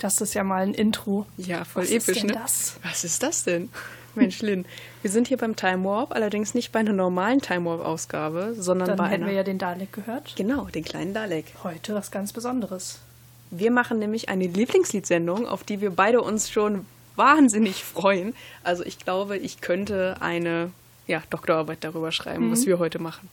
Das ist ja mal ein Intro. Ja, voll Was episch, ist denn ne? das? Was ist das denn? Mensch, Lynn, wir sind hier beim Time Warp, allerdings nicht bei einer normalen Time Warp-Ausgabe, sondern Dann bei hätten einer... wir ja den Dalek gehört. Genau, den kleinen Dalek. Heute was ganz Besonderes. Wir machen nämlich eine Lieblingsliedsendung, auf die wir beide uns schon wahnsinnig freuen. Also ich glaube, ich könnte eine Doktorarbeit darüber schreiben, was wir heute machen.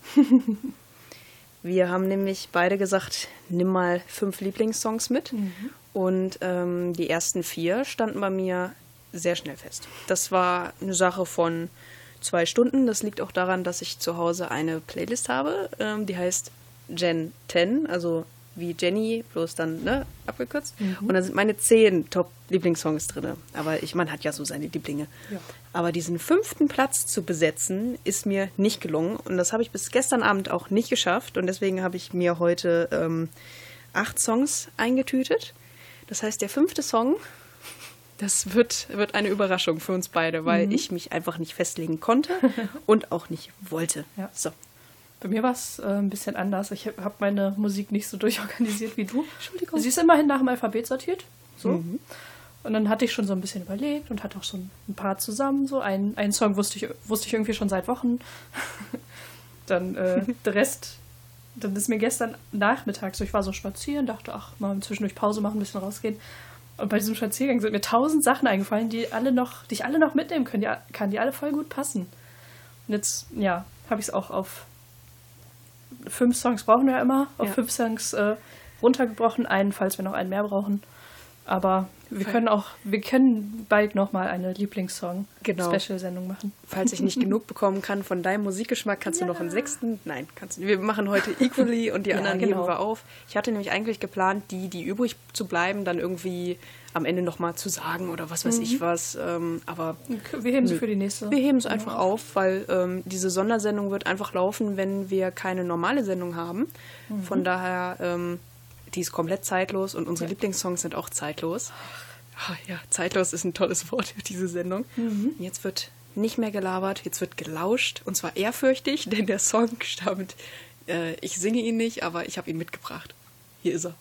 Wir haben nämlich beide gesagt, nimm mal 5 Lieblingssongs mit. Und die ersten 4 standen bei mir sehr schnell fest. Das war eine Sache von 2 Stunden. Das liegt auch daran, dass ich zu Hause eine Playlist habe, die heißt Gen 10, also wie Jenny, bloß dann abgekürzt. Und da sind meine 10 Top-Lieblingssongs drin. Aber man hat ja so seine Lieblinge. Ja. Aber diesen 5. Platz zu besetzen, ist mir nicht gelungen. Und das habe ich bis gestern Abend auch nicht geschafft. Und deswegen habe ich mir heute 8 Songs eingetütet. Das heißt, der 5. Song, das wird eine Überraschung für uns beide, weil ich mich einfach nicht festlegen konnte und auch nicht wollte. Ja. So. Bei mir war es ein bisschen anders. Ich habe meine Musik nicht so durchorganisiert wie du. Entschuldigung. Sie ist immerhin nach dem Alphabet sortiert. So. Und dann hatte ich schon so ein bisschen überlegt und hatte auch schon ein paar zusammen. So einen Song wusste ich irgendwie schon seit Wochen. Dann der Rest, dann ist mir gestern Nachmittag so, ich war so spazieren, dachte, ach, mal zwischendurch Pause machen, ein bisschen rausgehen. Und bei diesem Spaziergang sind mir 1000 Sachen eingefallen, die ich alle noch mitnehmen kann, die alle voll gut passen. Und jetzt, habe ich es auch auf 5 Songs brauchen wir ja immer, auf 5 Songs runtergebrochen, falls wir noch einen mehr brauchen. Aber wir können bald nochmal eine Lieblingssong-Special-Sendung machen. Falls ich nicht genug bekommen kann von deinem Musikgeschmack, kannst du noch einen 6. Nein, kannst du. Wir machen heute Equally und die anderen heben wir auf. Ich hatte nämlich eigentlich geplant, die übrig zu bleiben, dann irgendwie am Ende nochmal zu sagen oder was weiß ich was. Aber wir heben sie für die nächste. Wir heben es einfach auf, weil diese Sondersendung wird einfach laufen, wenn wir keine normale Sendung haben. Von daher... die ist komplett zeitlos und unsere Lieblingssongs sind auch zeitlos. Ja, zeitlos ist ein tolles Wort für diese Sendung. Jetzt wird nicht mehr gelabert, jetzt wird gelauscht und zwar ehrfürchtig, denn der Song stammt, ich singe ihn nicht, aber ich habe ihn mitgebracht. Hier ist er.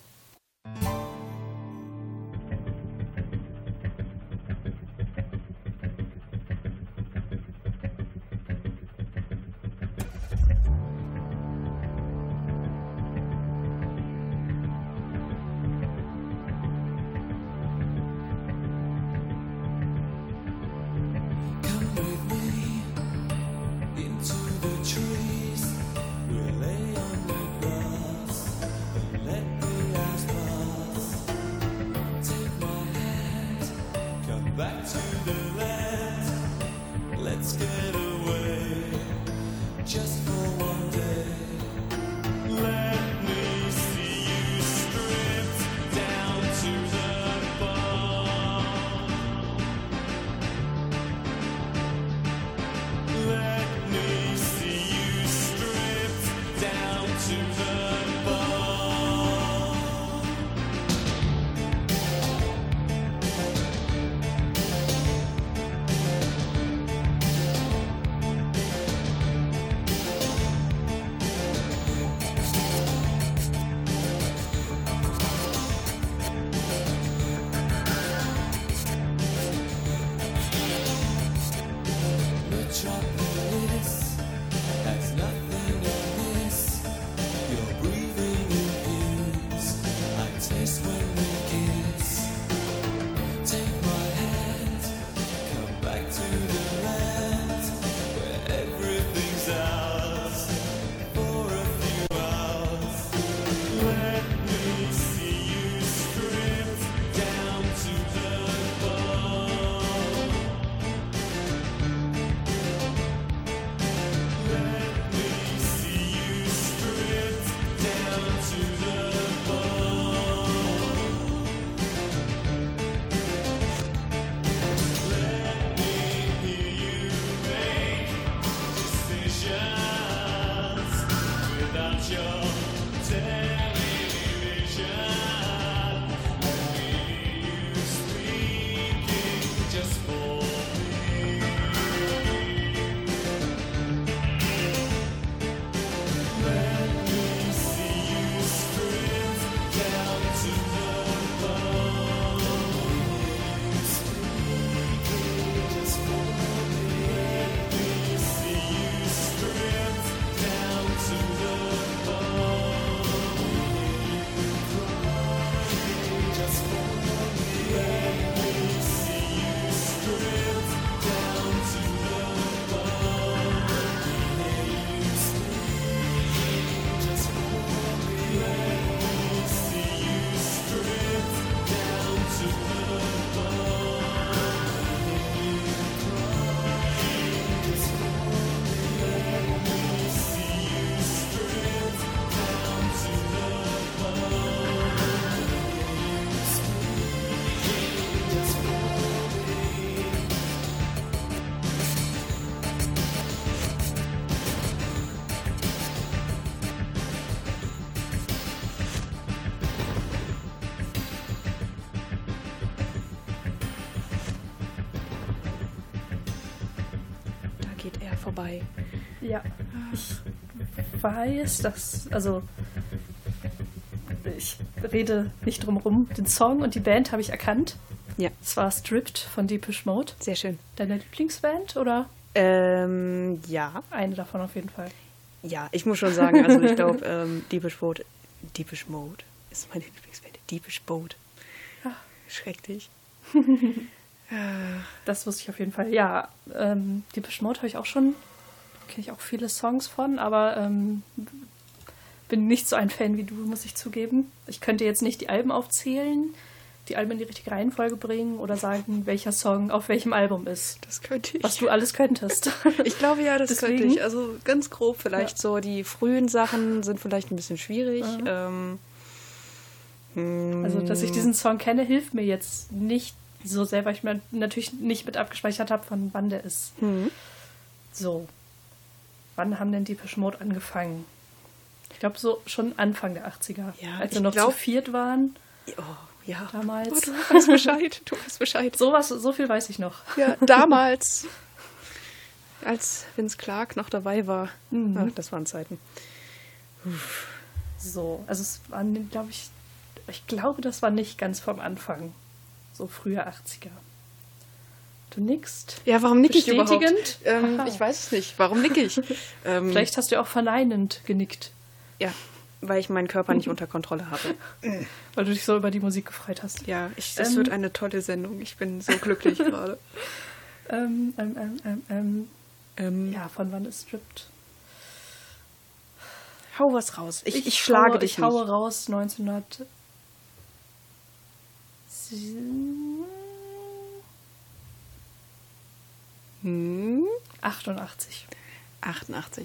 geht er vorbei. Ja, ich weiß, dass, also ich rede nicht drum rum. Den Song und die Band habe ich erkannt. Ja. Es war Stripped von Depeche Mode. Sehr schön. Deine Lieblingsband oder? Ja. Eine davon auf jeden Fall. Ja, ich muss schon sagen, also ich glaube, Depeche Mode ist meine Lieblingsband. Depeche Mode. Ja. Schrecklich. Das wusste ich auf jeden Fall. Ja, Depeche Mode habe ich auch schon, kenne ich auch viele Songs von, aber bin nicht so ein Fan wie du, muss ich zugeben. Ich könnte jetzt nicht die Alben aufzählen, die Alben in die richtige Reihenfolge bringen oder sagen, welcher Song auf welchem Album ist. Das könnte ich. Was du alles könntest. Ich glaube ja, das Deswegen. könnte ich. Also ganz grob vielleicht so. Die frühen Sachen sind vielleicht ein bisschen schwierig. Also, dass ich diesen Song kenne, hilft mir jetzt nicht so sehr, weil ich mir natürlich nicht mit abgespeichert habe, von wann der ist. So. Wann haben denn Depeche Mode angefangen? Ich glaube, so schon Anfang der 80er. Ja, als wir noch zu viert waren. Oh, ja. Damals. Oh, du weißt Bescheid. Du weißt Bescheid. So viel weiß ich noch. Ja, damals. Als Vince Clarke noch dabei war. Ach, das waren Zeiten. So, also es waren, ich glaube, das war nicht ganz vom Anfang. So frühe 80er. Du nickst. Ja, warum nicke ich überhaupt? Bestätigend? Ich weiß es nicht. Warum nicke ich? Vielleicht hast du auch verneinend genickt. Ja, weil ich meinen Körper nicht unter Kontrolle habe. Weil du dich so über die Musik gefreut hast. Ja, das wird eine tolle Sendung. Ich bin so glücklich gerade. Ja, von wann ist Stripped? Hau was raus. Ich schlage dich nicht. Ich haue raus 88. 88.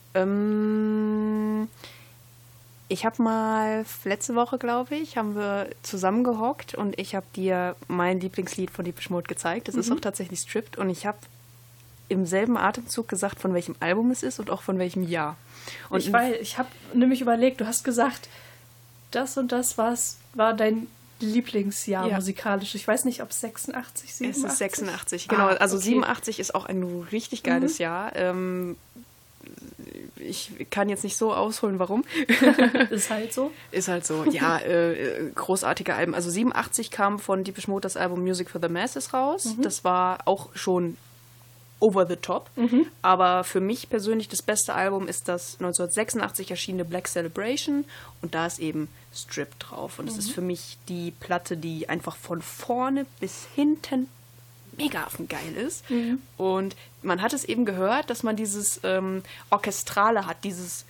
Ich habe mal letzte Woche, glaube ich, haben wir zusammengehockt und ich habe dir mein Lieblingslied von Depeche Mode gezeigt. Das ist auch tatsächlich Stripped und ich habe im selben Atemzug gesagt, von welchem Album es ist und auch von welchem Jahr. Und ich habe nämlich überlegt, du hast gesagt, das und das war dein Lieblingsjahr musikalisch. Ich weiß nicht, ob es 86, 87? Es ist 86, genau. Also okay. 87 ist auch ein richtig geiles Jahr. Ich kann jetzt nicht so ausholen, warum. Ist halt so. Ist halt so, ja. Großartige Alben. Also 87 kam von Depeche Mode das Album Music for the Masses raus. Das war auch schon over the top. Aber für mich persönlich das beste Album ist das 1986 erschienene Black Celebration. Und da ist eben Stripped drauf. Und das ist für mich die Platte, die einfach von vorne bis hinten mega affengeil ist. Und man hat es eben gehört, dass man dieses Orchestrale hat, dieses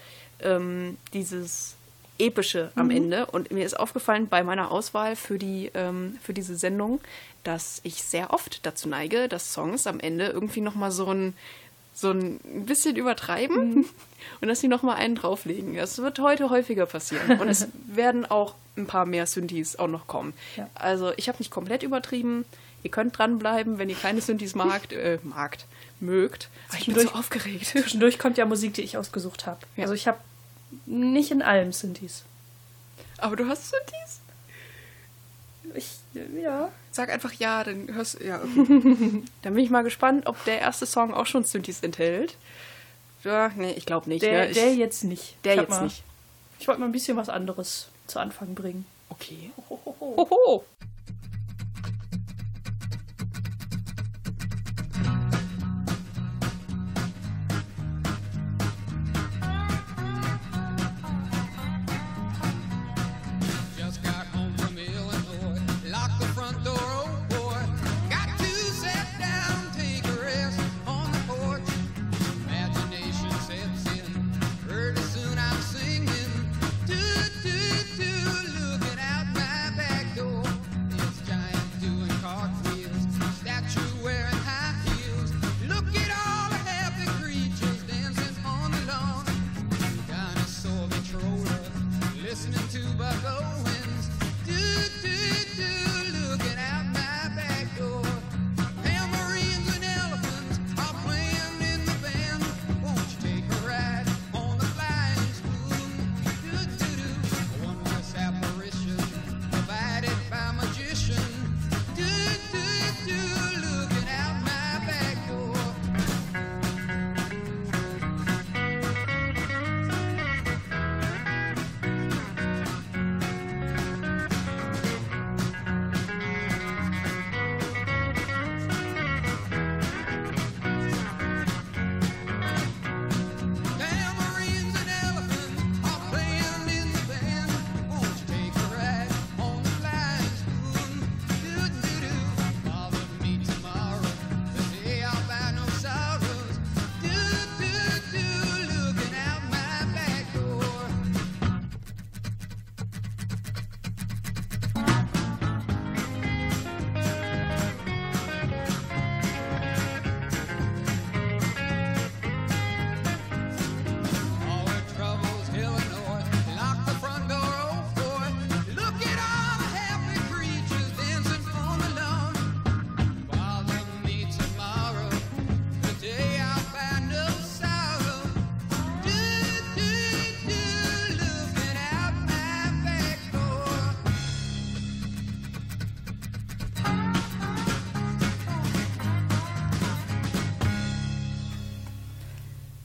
Epische am Ende. Und mir ist aufgefallen bei meiner Auswahl für diese Sendung, dass ich sehr oft dazu neige, dass Songs am Ende irgendwie nochmal so ein bisschen übertreiben und dass sie nochmal einen drauflegen. Das wird heute häufiger passieren. Und es werden auch ein paar mehr Synthes auch noch kommen. Ja. Also ich habe nicht komplett übertrieben. Ihr könnt dranbleiben, wenn ihr keine Synthes mögt. Ich bin so aufgeregt. Zwischendurch kommt ja Musik, die ich ausgesucht habe. Ja. Also ich habe nicht in allem Synthes. Aber du hast Synthes? Ja. Sag einfach ja, dann hörst du. Ja, okay. Dann bin ich mal gespannt, ob der erste Song auch schon Synthes enthält. Ja, nee, ich glaube nicht. Der jetzt nicht. Nicht. Ich wollte mal ein bisschen was anderes zu Anfang bringen. Okay. Hohoho.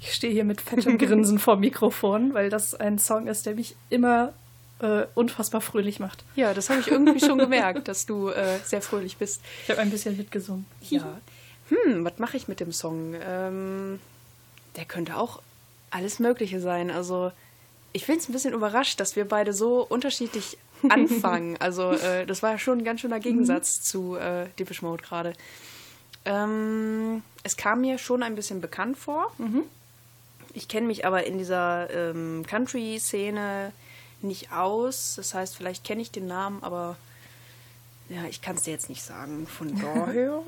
Ich stehe hier mit fettem Grinsen vor dem Mikrofon, weil das ein Song ist, der mich immer unfassbar fröhlich macht. Ja, das habe ich irgendwie schon gemerkt, dass du sehr fröhlich bist. Ich habe ein bisschen mitgesungen. Ja. Was mache ich mit dem Song? Der könnte auch alles Mögliche sein. Also ich bin jetzt ein bisschen überrascht, dass wir beide so unterschiedlich anfangen. Also das war ja schon ein ganz schöner Gegensatz zu Depeche Mode gerade. Es kam mir schon ein bisschen bekannt vor. Ich kenne mich aber in dieser Country-Szene nicht aus. Das heißt, vielleicht kenne ich den Namen, aber ja, ich kann es dir jetzt nicht sagen. Von daher,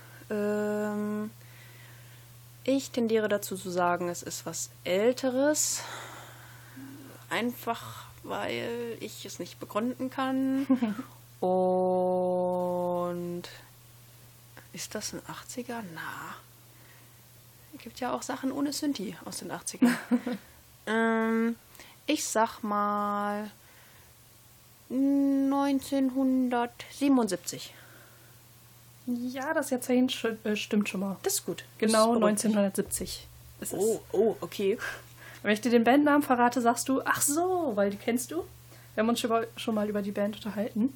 ich tendiere dazu zu sagen, es ist was Älteres. Einfach, weil ich es nicht begründen kann. Und ist das ein 80er? Na. Es gibt ja auch Sachen ohne Synthi aus den 80ern. Ich sag mal 1977. Ja, das Jahrzehnt stimmt schon mal. Das ist gut. Genau, 1970 ist es. Oh, okay. Wenn ich dir den Bandnamen verrate, sagst du, ach so, weil die kennst du. Wir haben uns schon mal über die Band unterhalten.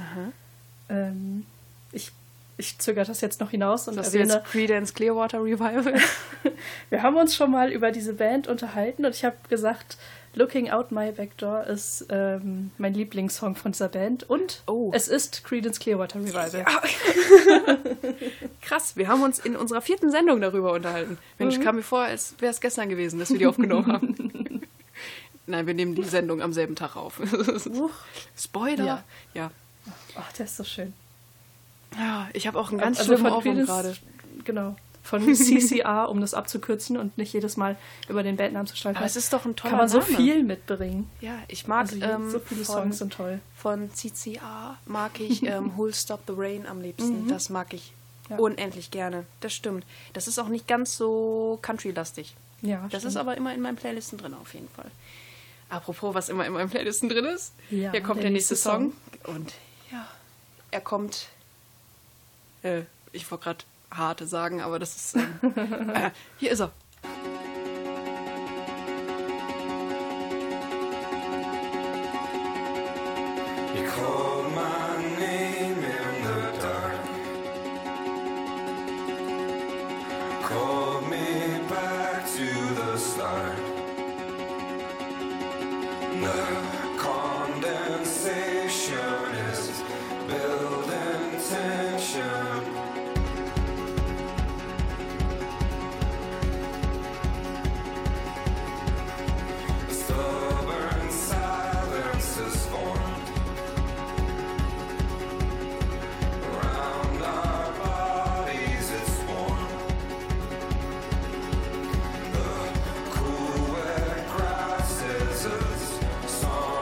Ich zögere das jetzt noch hinaus und erwähne... Jetzt Creedence Clearwater Revival. Wir haben uns schon mal über diese Band unterhalten und ich habe gesagt, Looking Out My Back Door ist mein Lieblingssong von dieser Band und es ist Creedence Clearwater Revival. Ja. Krass, wir haben uns in unserer 4. Sendung darüber unterhalten. Mensch, kam mir vor, als wäre es gestern gewesen, dass wir die aufgenommen haben. Nein, wir nehmen die Sendung am selben Tag auf. Spoiler. Ja. Ach, der ist so schön. Ja, ich habe auch einen ganz schlimmen Ohrwurm gerade. Genau. Von CCR, um das abzukürzen und nicht jedes Mal über den Bandnamen zu stolpern. Aber es ist doch ein toller Name. Kann man so Name. viel mitbringen. Ja, ich mag so viele Songs sind toll. Von CCR mag ich Who'll Stop the Rain am liebsten. Das mag ich unendlich gerne. Das stimmt. Das ist auch nicht ganz so country-lastig. Ja, das ist aber immer in meinen Playlisten drin, auf jeden Fall. Apropos, was immer in meinen Playlisten drin ist. Ja, hier kommt der nächste Song. Und ja, er kommt... ich wollte gerade harte sagen, aber das ist... hier ist er. You called my name in the dark, called me back to the start. The condensation is building tension. Stubborn silence is formed around our bodies. It's warm. The cool wet grass is a song.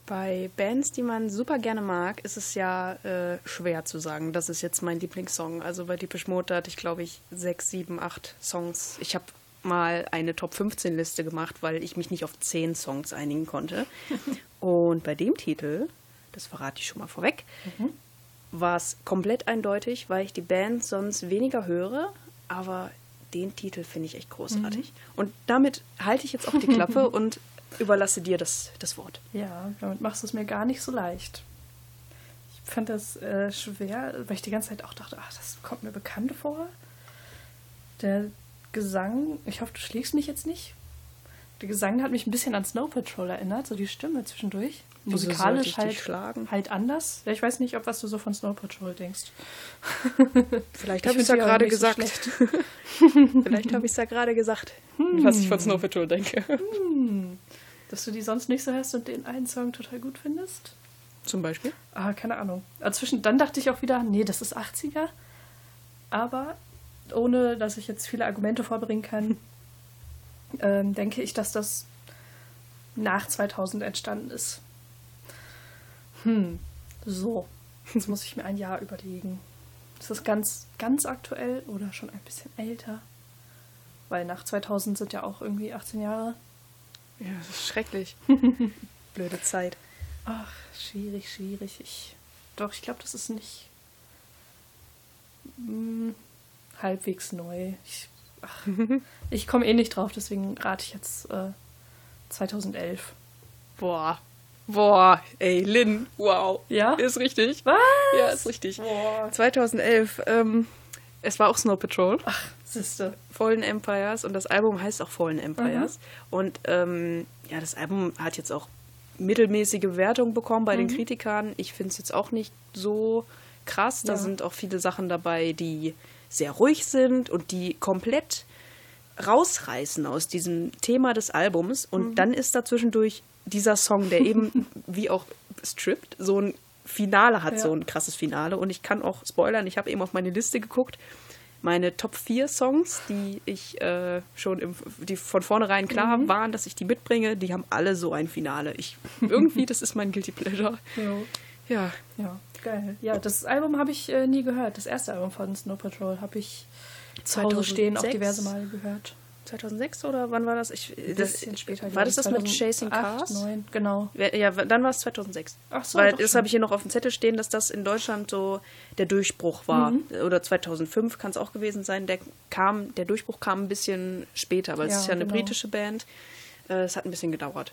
Bei Bands, die man super gerne mag, ist es ja schwer zu sagen, das ist jetzt mein Lieblingssong. Also bei Depeche Mode hatte ich, glaube ich, 6, 7, 8 Songs. Ich habe mal eine Top-15-Liste gemacht, weil ich mich nicht auf 10 Songs einigen konnte. Und bei dem Titel, das verrate ich schon mal vorweg, war es komplett eindeutig, weil ich die Band sonst weniger höre, aber den Titel finde ich echt großartig. Und damit halte ich jetzt auch die Klappe und überlasse dir das Wort. Ja, damit machst du es mir gar nicht so leicht. Ich fand das schwer, weil ich die ganze Zeit auch dachte, ach, das kommt mir bekannt vor. Der Gesang, ich hoffe, du schlägst mich jetzt nicht. Der Gesang hat mich ein bisschen an Snow Patrol erinnert, so die Stimme zwischendurch. Musikalisch halt anders. Ja, ich weiß nicht, was du so von Snow Patrol denkst. Vielleicht habe ich es ja gerade gesagt. Vielleicht habe ich es ja gerade gesagt, was ich von Snow Patrol denke. Dass du die sonst nicht so hörst und den einen Song total gut findest? Zum Beispiel? Keine Ahnung. Dann dachte ich auch wieder, nee, das ist 80er. Aber ohne, dass ich jetzt viele Argumente vorbringen kann, denke ich, dass das nach 2000 entstanden ist. So. Jetzt muss ich mir ein Jahr überlegen. Ist das ganz, ganz aktuell oder schon ein bisschen älter? Weil nach 2000 sind ja auch irgendwie 18 Jahre. Ja, das ist schrecklich. Blöde Zeit. Ach, schwierig. Ich glaube, das ist nicht halbwegs neu. Ich komme eh nicht drauf, deswegen rate ich jetzt 2011. Boah, ey, Lynn, wow. Ja? Ist richtig. Was? Ja, ist richtig. Boah. 2011, es war auch Snow Patrol. Ach, siehste. Fallen Empires und das Album heißt auch Fallen Empires. Und das Album hat jetzt auch mittelmäßige Wertung bekommen bei den Kritikern. Ich finde es jetzt auch nicht so krass. Da sind auch viele Sachen dabei, die sehr ruhig sind und die komplett rausreißen aus diesem Thema des Albums. Und dann ist da zwischendurch dieser Song, der eben, wie auch Stripped, so ein Finale hat, so ein krasses Finale. Und ich kann auch spoilern, ich habe eben auf meine Liste geguckt. Meine Top 4 Songs, die ich die von vornherein klar waren, dass ich die mitbringe, die haben alle so ein Finale. Irgendwie, das ist mein Guilty Pleasure. Ja. Ja, geil. Ja, das Album habe ich nie gehört. Das erste Album von Snow Patrol habe ich zu Hause stehen auch diverse Male gehört. 2006 oder wann war das? Ein bisschen später. War das mit Chasing Cars? 2009, genau. Ja, dann war es 2006. Ach so. Weil das habe ich hier noch auf dem Zettel stehen, dass das in Deutschland so der Durchbruch war. Oder 2005 kann es auch gewesen sein. Der Durchbruch kam ein bisschen später, weil es ist ja eine britische Band. Es hat ein bisschen gedauert.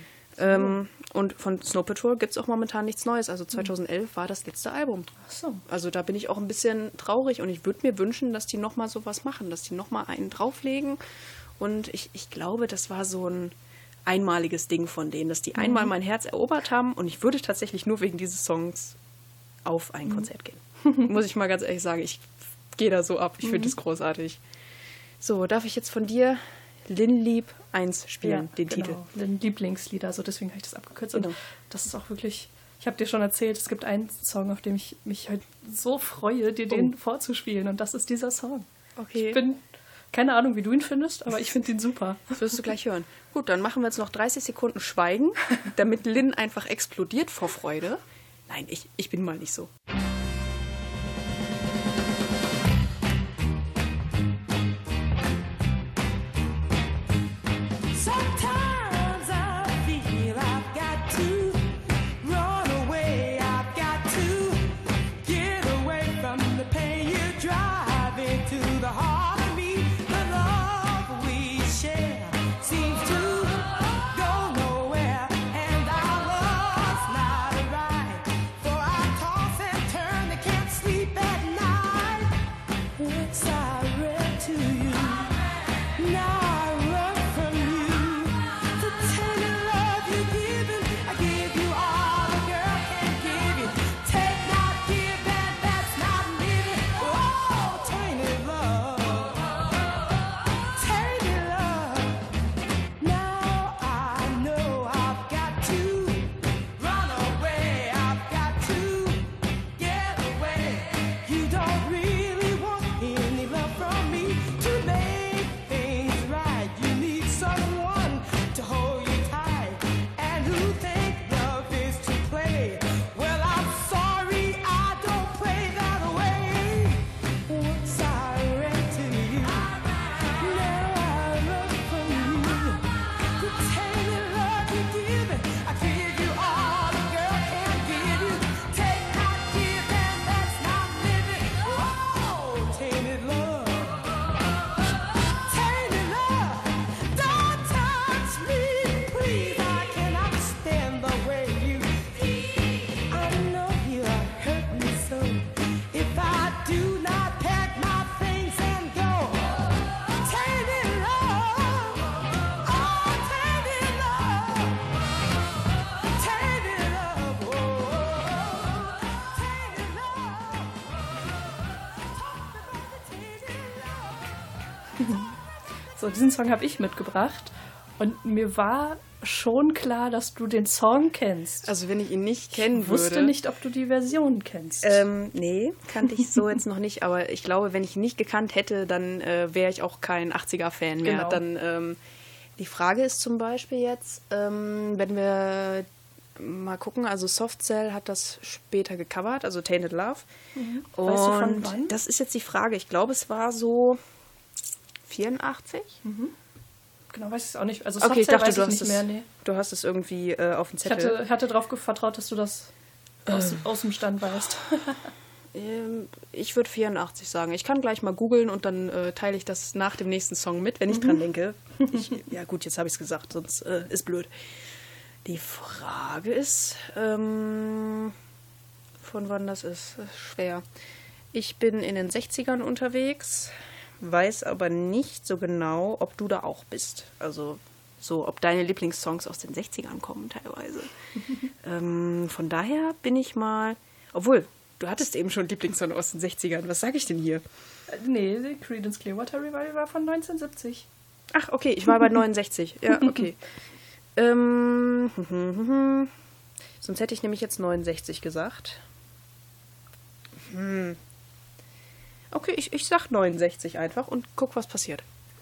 Und von Snow Patrol gibt es auch momentan nichts Neues. Also 2011 war das letzte Album. Ach so. Also da bin ich auch ein bisschen traurig und ich würde mir wünschen, dass die nochmal sowas machen, dass die nochmal einen drauflegen. Und ich glaube, das war so ein einmaliges Ding von denen, dass die einmal mein Herz erobert haben und ich würde tatsächlich nur wegen dieses Songs auf ein Konzert gehen. Muss ich mal ganz ehrlich sagen, ich gehe da so ab. Ich finde das großartig. So, darf ich jetzt von dir Lynn Lieb 1 spielen, den Titel? Lynn Lieblingslieder, so deswegen habe ich das abgekürzt. Genau. Und das ist auch wirklich, ich habe dir schon erzählt, es gibt einen Song, auf dem ich mich halt so freue, dir den vorzuspielen und das ist dieser Song. Okay. Ich bin, keine Ahnung, wie du ihn findest, aber ich finde ihn super. Das wirst du gleich hören. Gut, dann machen wir jetzt noch 30 Sekunden Schweigen, damit Lynn einfach explodiert vor Freude. Nein, ich bin mal nicht so. Sometimes I feel I've got to run away. I've got to get away from the pain you drive into the heart of me. The love we share seems to go nowhere, and I was not right. For I toss and So, diesen Song habe ich mitgebracht. Und mir war schon klar, dass du den Song kennst. Also wenn ich ihn nicht kennen Ich wusste würde... nicht, ob du die Version kennst. Nee, kannte ich so jetzt noch nicht. Aber ich glaube, wenn ich ihn nicht gekannt hätte, dann wäre ich auch kein 80er-Fan mehr. Genau. Dann, die Frage ist zum Beispiel jetzt, wenn wir mal gucken, also Soft Cell hat das später gecovert, also Tainted Love. Und Weißt du von wann? das ist jetzt die Frage. Ich glaube, es war so 84? Genau, weiß ich es auch nicht. Also Okay, ich Softcell dachte, weiß du ich hast nicht es, mehr, nee. du hast es irgendwie auf dem Ich Zettel. hatte darauf vertraut, dass du das aus dem Stand weißt. Ich würde 84 sagen. Ich kann gleich mal googeln und dann teile ich das nach dem nächsten Song mit, wenn ich dran denke. Ja gut, jetzt habe ich es gesagt, sonst ist blöd. Die Frage ist, von wann das ist schwer. Ich bin in den 60ern unterwegs, weiß aber nicht so genau, ob du da auch bist. Also so, ob deine Lieblingssongs aus den 60ern kommen teilweise. Von daher bin ich mal... Obwohl, du hattest eben schon Lieblingssong aus den 60ern. Was sage ich denn hier? Nee, die Creedence Clearwater Revival war von 1970. Ach, okay, ich war bei 69. Ja, okay. Sonst hätte ich nämlich jetzt 69 gesagt. Okay, ich sag 69 einfach und guck, was passiert.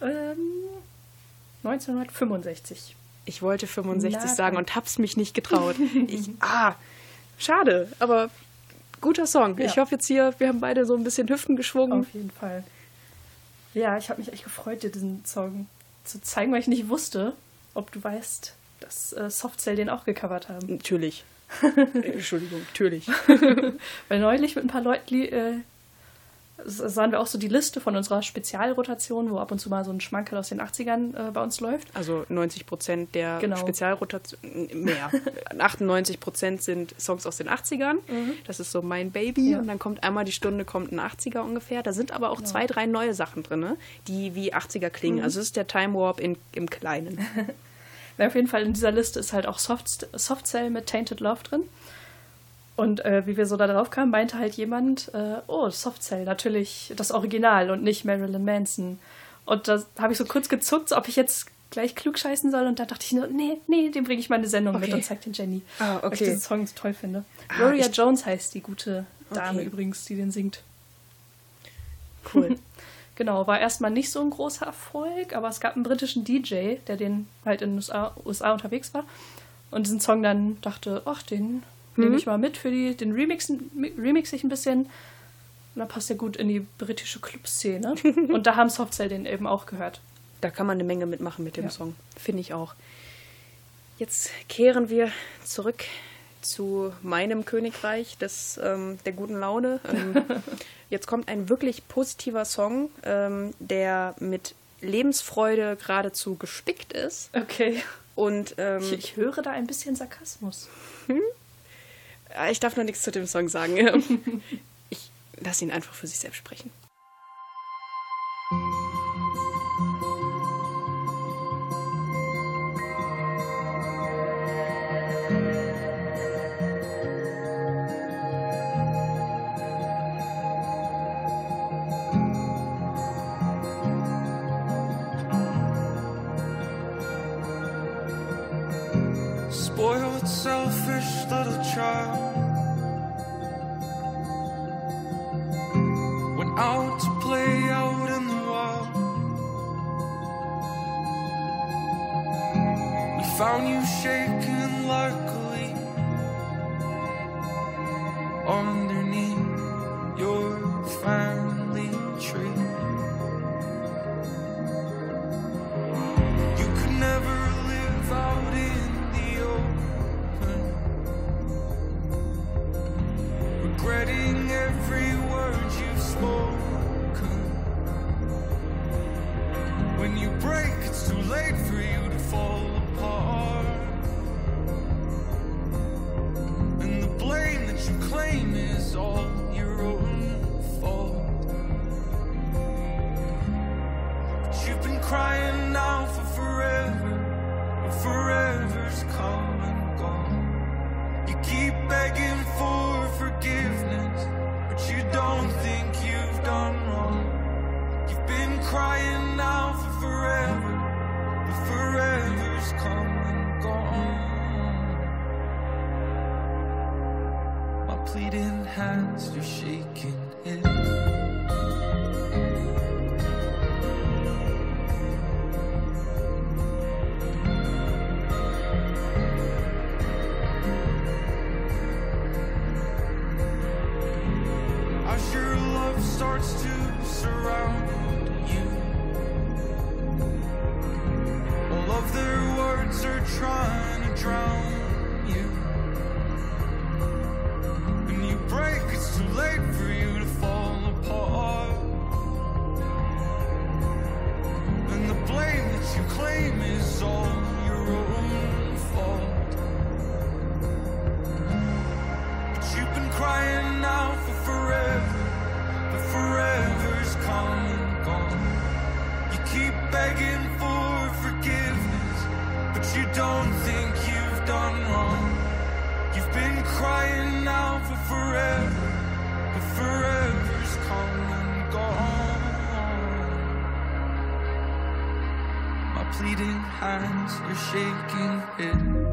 1965. Ich wollte 65 Na, sagen dann. und hab's mich nicht getraut. Schade, aber guter Song. Ja. Ich hoffe jetzt hier, wir haben beide so ein bisschen Hüften geschwungen. Auf jeden Fall. Ja, ich habe mich echt gefreut, dir diesen Song zu zeigen, weil ich nicht wusste, ob du weißt, dass Soft Cell den auch gecovert haben. Natürlich. Entschuldigung, natürlich. Weil neulich mit ein paar Leuten sahen wir auch so die Liste von unserer Spezialrotation, wo ab und zu mal so ein Schmankerl aus den 80ern bei uns läuft. Also 90% der Genau. Spezialrotation, mehr. 98% sind Songs aus den 80ern. Das ist so mein Baby. Ja. Und dann kommt einmal die Stunde, kommt ein 80er ungefähr. Da sind aber auch 2, 3 neue Sachen drin, die wie 80er klingen. Also es ist der Time Warp im Kleinen. Na, auf jeden Fall in dieser Liste ist halt auch Soft Cell mit Tainted Love drin. Und wie wir so da drauf kamen, meinte halt jemand, Soft Cell, natürlich das Original und nicht Marilyn Manson. Und da habe ich so kurz gezuckt, so ob ich jetzt gleich klugscheißen soll. Und da dachte ich nur, nee, dem bringe ich mal eine Sendung mit Okay. und zeig den Jenny. Ah, okay. Weil ich diesen Song so toll finde. Gloria ich- Jones heißt die gute Dame Okay. übrigens, die den singt. Cool. Genau, war erstmal nicht so ein großer Erfolg, aber es gab einen britischen DJ, der den halt in den USA unterwegs war und diesen Song dann dachte, ach, den nehme ich mal mit für den remix ich ein bisschen und dann passt der gut in die britische Clubszene und da haben Soft Cell den eben auch gehört. Da kann man eine Menge mitmachen mit dem Ja. Song. Finde ich auch. Jetzt kehren wir zurück zu meinem Königreich der guten Laune. Jetzt kommt ein wirklich positiver Song, der mit Lebensfreude geradezu gespickt ist. Okay. Und Ich höre da ein bisschen Sarkasmus. ich darf noch nichts zu dem Song sagen. Ich lasse ihn einfach für sich selbst sprechen. Spoiled, selfish little child went out to play out in the wild. We found you shaking like a leaf underneath your family tree. You could never live out in the open, regretting every word you've spoken. When you break, it's too late for you to fall apart, and the blame that you claim is all your own fault. But you've been crying now for forever, and forever's come and gone. You keep begging for forgiveness, but you don't think you've done wrong. You've been crying now for forever, hands, your shaking head. As your love starts to surround you, all of their words are trying to drown you. When you break, it's too late for you to fall apart. And the blame that you claim is all your own fault. But you've been crying now for forever, but forever's come and gone. You keep begging for forgiveness, but you don't think you've done wrong. You've been crying now for forever, but forever's come and gone. My pleading hands, your shaking head.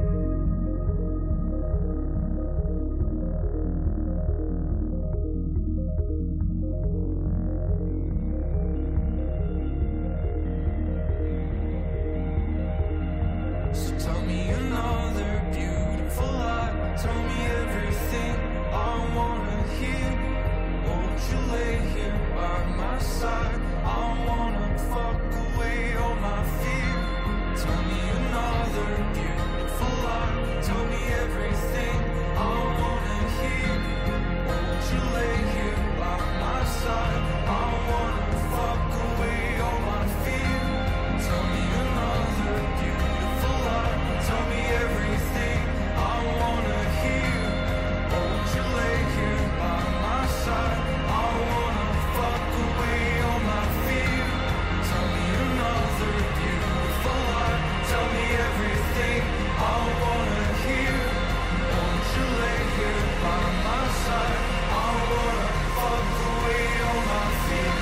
So tell me another beautiful lie. Tell me everything I wanna hear. Won't you lay here by my side? I wanna fuck away all my fear. Tell me another beautiful lie. Tell me everything I wanna hear. Won't you lay here by my side? I wanna fuck away all my fear. Tell me another beautiful lie. Tell me everything I wanna hear. Won't you lay here by my side? I wanna fuck away all my fear. Tell me another beautiful lie. Tell me everything I wanna hear. Won't you lay here by my side? I wanna fuck away all my fear.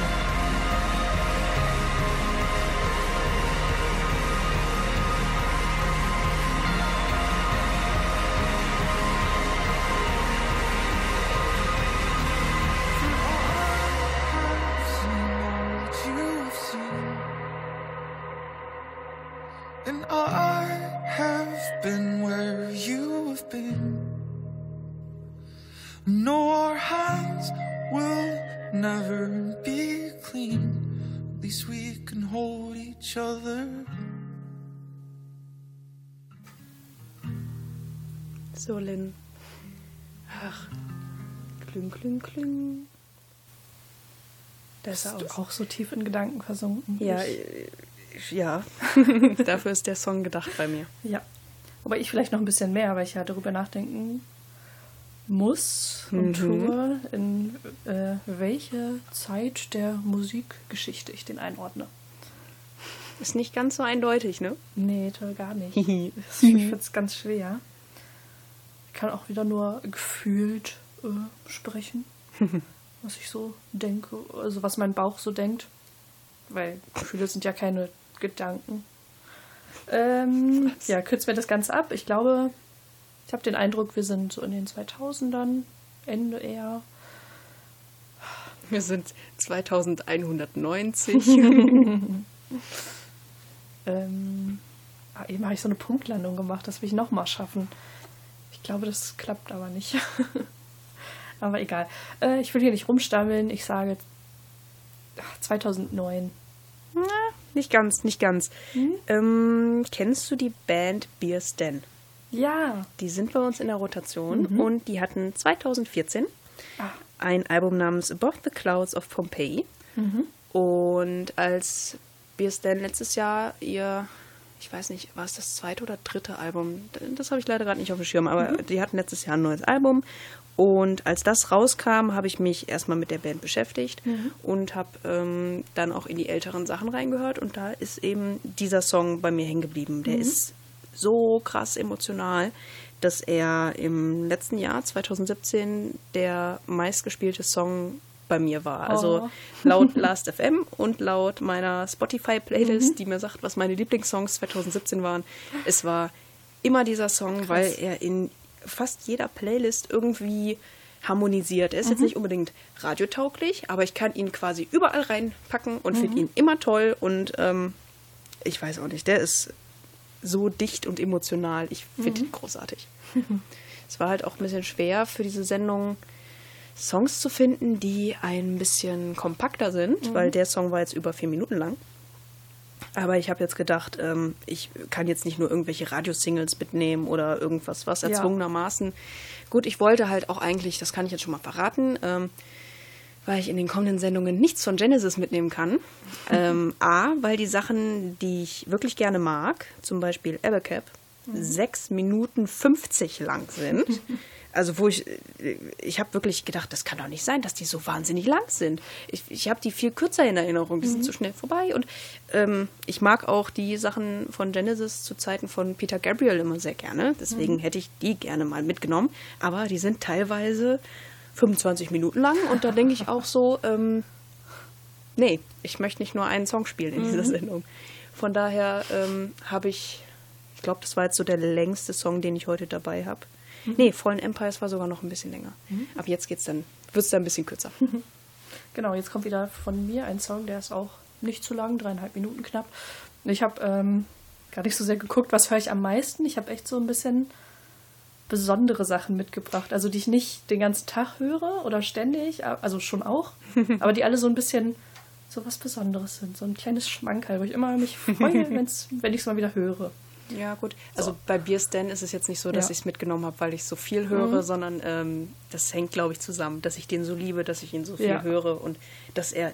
And I have been where you have been. No, our hands will never be clean. At least we can hold each other. So, Lynn. Ach, klüng, klüng, klüng. Da ist er Bist du aus. auch so tief in Gedanken versunken? Ja, ja. Dafür ist der Song gedacht bei mir. Ja. Wobei ich vielleicht noch ein bisschen mehr, weil ich ja darüber nachdenken muss und tue, in welche Zeit der Musikgeschichte ich den einordne. Ist nicht ganz so eindeutig, ne? Nee, toll, gar nicht. Ich finde es ganz schwer. Ich kann auch wieder nur gefühlt sprechen, was ich so denke, also was mein Bauch so denkt. Weil Gefühle sind ja keine Gedanken. Ja, kürzen wir das Ganze ab. Ich glaube, ich habe den Eindruck, wir sind so in den 2000ern, Ende eher. Wir sind 2190. Eben habe ich so eine Punktlandung gemacht, das will ich nochmal schaffen. Ich glaube, das klappt aber nicht. Aber egal. Ich will hier nicht rumstammeln. Ich sage 2009. Na, nicht ganz, nicht ganz. Kennst du die Band Beer Stan? Ja. Die sind bei uns in der Rotation und die hatten 2014 Ah. ein Album namens Above the Clouds of Pompeii. Und als Beer Stan letztes Jahr ihr, ich weiß nicht, war es das zweite oder dritte Album? Das habe ich leider gerade nicht auf dem Schirm, aber die hatten letztes Jahr ein neues Album. Und als das rauskam, habe ich mich erstmal mit der Band beschäftigt und habe dann auch in die älteren Sachen reingehört. Und da ist eben dieser Song bei mir hängen geblieben. Der ist so krass emotional, dass er im letzten Jahr, 2017, der meistgespielte Song bei mir war. Also laut Last.fm und laut meiner Spotify-Playlist, die mir sagt, was meine Lieblingssongs 2017 waren. Es war immer dieser Song, weil er in fast jeder Playlist irgendwie harmonisiert. Er ist jetzt nicht unbedingt radiotauglich, aber ich kann ihn quasi überall reinpacken und finde ihn immer toll. Und ich weiß auch nicht, der ist so dicht und emotional. Ich finde ihn großartig. Es war halt auch ein bisschen schwer für diese Sendung, Songs zu finden, die ein bisschen kompakter sind, weil der Song war jetzt über 4 Minuten lang. Aber ich habe jetzt gedacht, ich kann jetzt nicht nur irgendwelche Radiosingles mitnehmen oder irgendwas, was erzwungenermaßen. Gut, ich wollte halt auch eigentlich, das kann ich jetzt schon mal verraten, weil ich in den kommenden Sendungen nichts von Genesis mitnehmen kann. A, weil die Sachen, die ich wirklich gerne mag, zum Beispiel Abacab, 6 Minuten 50 lang sind. Also wo ich habe wirklich gedacht, das kann doch nicht sein, dass die so wahnsinnig lang sind. Ich habe die viel kürzer in Erinnerung, die sind so schnell vorbei. Und ich mag auch die Sachen von Genesis zu Zeiten von Peter Gabriel immer sehr gerne. Deswegen hätte ich die gerne mal mitgenommen. Aber die sind teilweise 25 Minuten lang. Und da denke ich auch so, nee, ich möchte nicht nur einen Song spielen in dieser Sendung. Von daher habe ich glaube, das war jetzt so der längste Song, den ich heute dabei habe. Nee, Fallen Empires war sogar noch ein bisschen länger. Ab jetzt wird es dann ein bisschen kürzer. Genau, jetzt kommt wieder von mir ein Song, der ist auch nicht zu lang, 3,5 Minuten knapp. Ich habe gar nicht so sehr geguckt, was höre ich am meisten. Ich habe echt so ein bisschen besondere Sachen mitgebracht, also die ich nicht den ganzen Tag höre oder ständig, also schon auch, aber die alle so ein bisschen so was Besonderes sind. So ein kleines Schmankerl, wo ich immer mich freue, wenn ich es mal wieder höre. Ja, gut. Also bei Bierstan ist es jetzt nicht so, dass ich es mitgenommen habe, weil ich so viel höre, sondern das hängt, glaube ich, zusammen, dass ich den so liebe, dass ich ihn so viel höre und dass er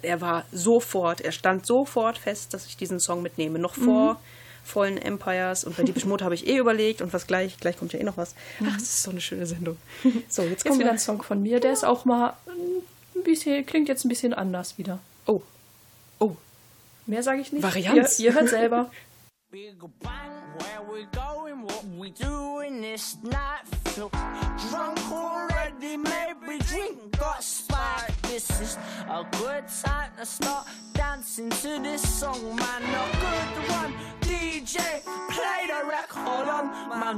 stand sofort fest, dass ich diesen Song mitnehme, noch vor Fallen Empires und bei Depeche Mode habe ich überlegt und was gleich kommt ja noch was. Ach, das ist so eine schöne Sendung. So, jetzt kommt wieder ein Song von mir, der ist auch mal ein bisschen, klingt jetzt ein bisschen anders wieder. Oh. Mehr sage ich nicht. Varianz. Ihr hört selber. Big bang, where we going, what we doing this night. Feel drunk already, maybe drink got spiked. This is a good time to start dancing to this song, man. A good one, DJ, play the record on, man.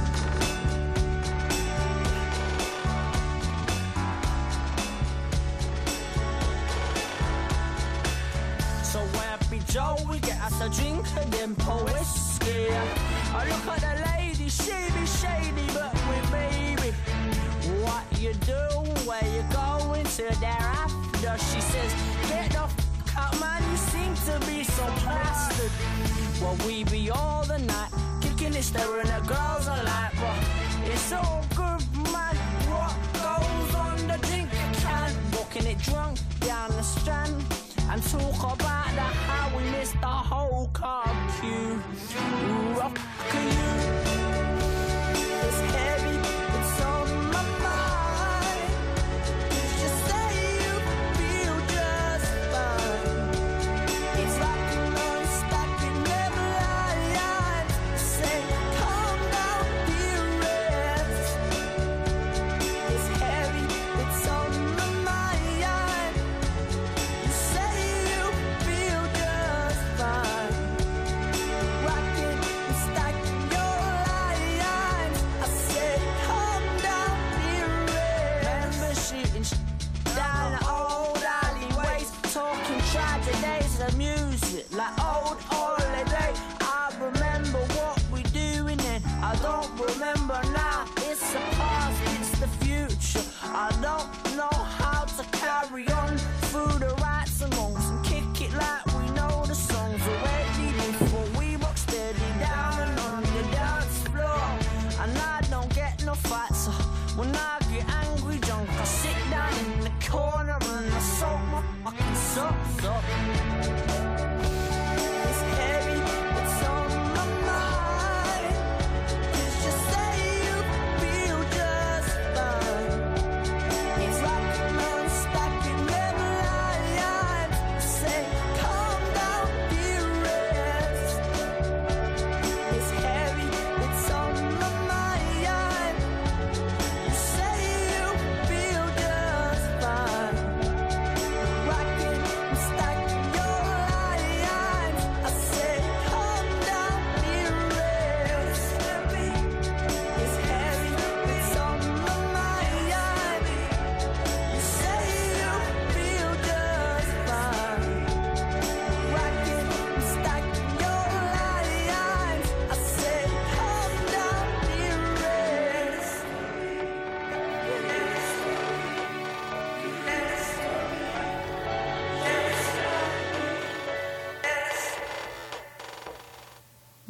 So happy Joe, we get us a drink and then pour whiskey. I look at the lady, she be shady, but with baby. What you do, where you going to thereafter? She says, get the f*** out, man, you seem to be so plastered. Well, we be all the night, kicking it, staring at girls alike, but it's all good, man. What goes on the drink can? Walking it drunk down the strand. And talk about how we missed the whole car queue. Rock you. It's heavy, it's on my mind. Just say you feel just fine. It's like a non-stop, it never lies. Say, calm down, dearest. It's heavy, it's on my mind. Rocking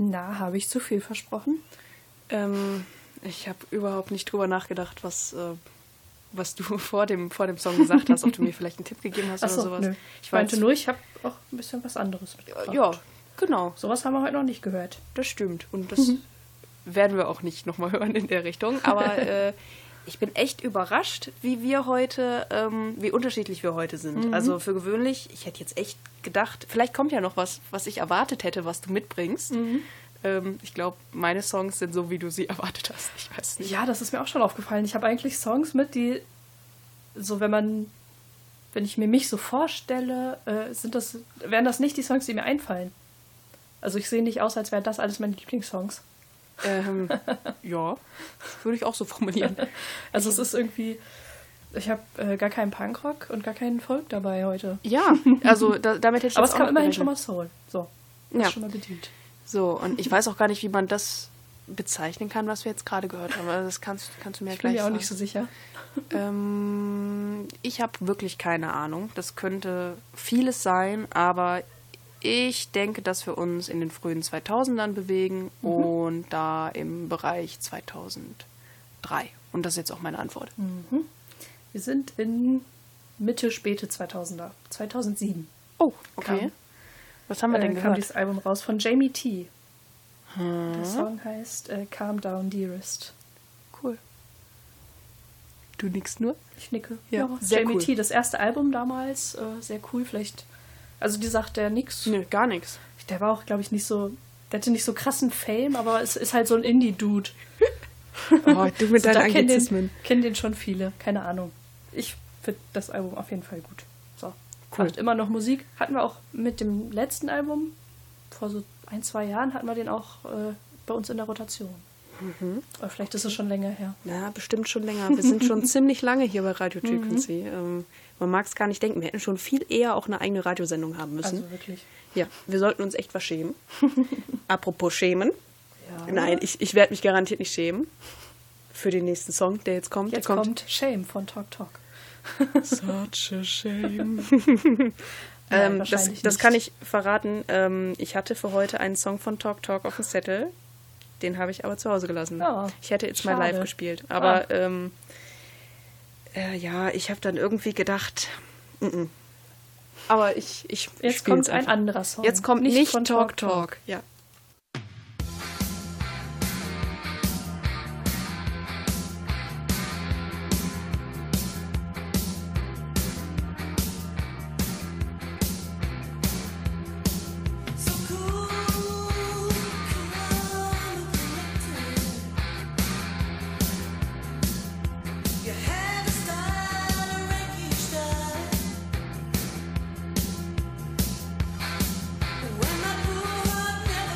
Na, habe ich zu viel versprochen? Ich habe überhaupt nicht drüber nachgedacht, was du vor dem Song gesagt hast, ob du mir vielleicht einen Tipp gegeben hast Achso, oder sowas. nö. Ich meinte nur, ich habe auch ein bisschen was anderes mitgebracht. Ja, genau. Sowas haben wir heute noch nicht gehört. Das stimmt. Und das werden wir auch nicht nochmal hören in der Richtung. Aber ich bin echt überrascht, wie unterschiedlich wir heute sind. Also für gewöhnlich, ich hätte jetzt echt gedacht, vielleicht kommt ja noch was ich erwartet hätte, was du mitbringst. Ich glaube, meine Songs sind so, wie du sie erwartet hast. Ich weiß nicht. Ja, das ist mir auch schon aufgefallen. Ich habe eigentlich Songs mit, die so, wenn ich mir mich so vorstelle, wären das nicht die Songs, die mir einfallen. Also ich sehe nicht aus, als wären das alles meine Lieblingssongs. Ja, würde ich auch so formulieren. Also es ist irgendwie, ich habe gar keinen Punkrock und gar keinen Folk dabei heute. Ja, also damit hätte ich Aber jetzt es auch kam immerhin gerechnet. schon mal Soul. So, das Ja. ist schon mal bedient. So, und ich weiß auch gar nicht, wie man das bezeichnen kann, was wir jetzt gerade gehört haben. Also das kannst du mir Ich bin gleich mir auch sagen. nicht so sicher. Ich habe wirklich keine Ahnung. Das könnte vieles sein, aber ich denke, dass wir uns in den frühen 2000ern bewegen und da im Bereich 2003. Und das ist jetzt auch meine Antwort. Wir sind in Mitte, späte 2000er. 2007 Oh, okay. Was haben wir denn kam gehört? dieses Album raus von Jamie T. Der Song heißt Calm Down, Dearest. Cool. Du nickst nur? Ich nicke. Ja, sehr Jamie cool. T, das erste Album damals, sehr cool. Vielleicht, also die sagt der nix. Nö, gar nichts. Der war auch, glaube ich, nicht so, der hatte nicht so krassen Fame, aber es ist halt so ein Indie-Dude. Oh, du mit Also deinen Anglizismen. kennen den schon viele, keine Ahnung. Ich finde das Album auf jeden Fall gut. So. Cool. Macht immer noch Musik. Hatten wir auch mit dem letzten Album, vor so 1-2 Jahren, hatten wir den auch bei uns in der Rotation. Aber vielleicht ist es schon länger her. Ja, bestimmt schon länger. Wir sind schon ziemlich lange hier bei Radio Frequency. Man mag es gar nicht denken. Wir hätten schon viel eher auch eine eigene Radiosendung haben müssen. Also wirklich. Ja, wir sollten uns echt was schämen. Apropos schämen. Ja. Nein, ich werde mich garantiert nicht schämen. Für den nächsten Song, der jetzt kommt. Jetzt der kommt Shame von Talk Talk. Such a shame. Nein, das wahrscheinlich das nicht. kann ich verraten. Ich hatte für heute einen Song von Talk Talk auf dem Zettel. Den habe ich aber zu Hause gelassen. Oh, ich hätte jetzt mal schade. live gespielt. Aber ja, ich habe dann irgendwie gedacht, aber ich Jetzt spiel's kommt ein einfach. anderer Song. Jetzt kommt nicht von Talk Talk. Ja. So cool, calm and collected. You had a style, a Reiki style. When my poor heart never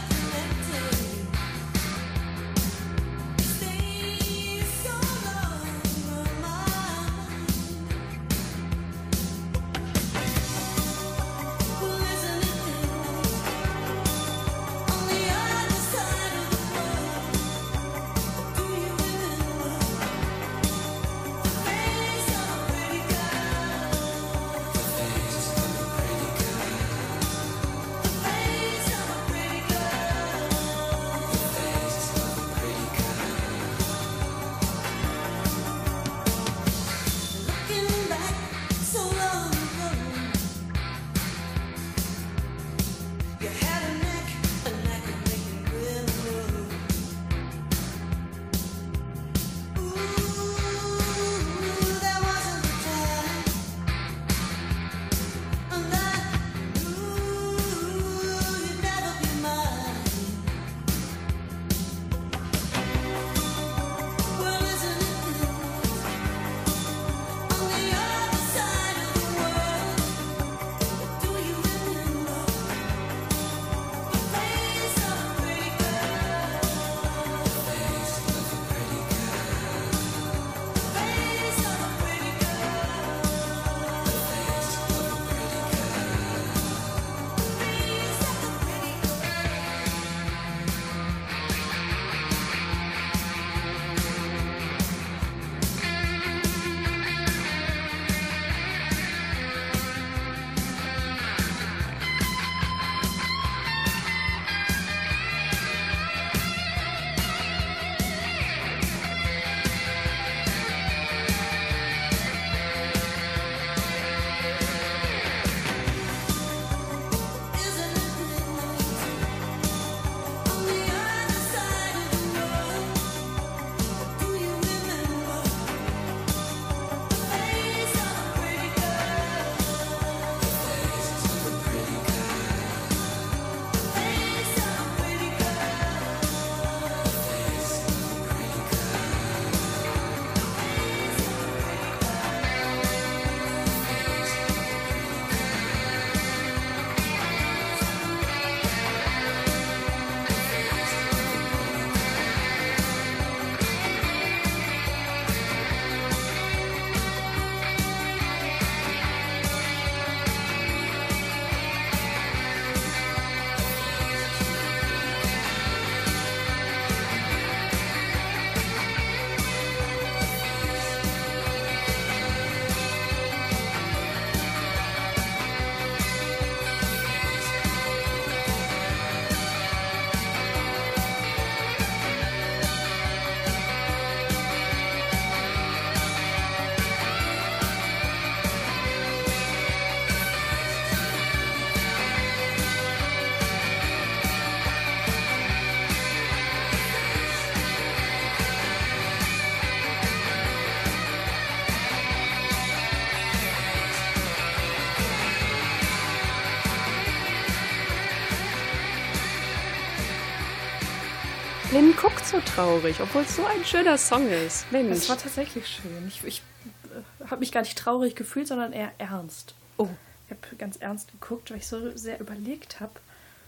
Lynn guckt so traurig, obwohl es so ein schöner Song ist. Mensch. Das war tatsächlich schön. Ich habe mich gar nicht traurig gefühlt, sondern eher ernst. Oh. Ich habe ganz ernst geguckt, weil ich so sehr überlegt habe.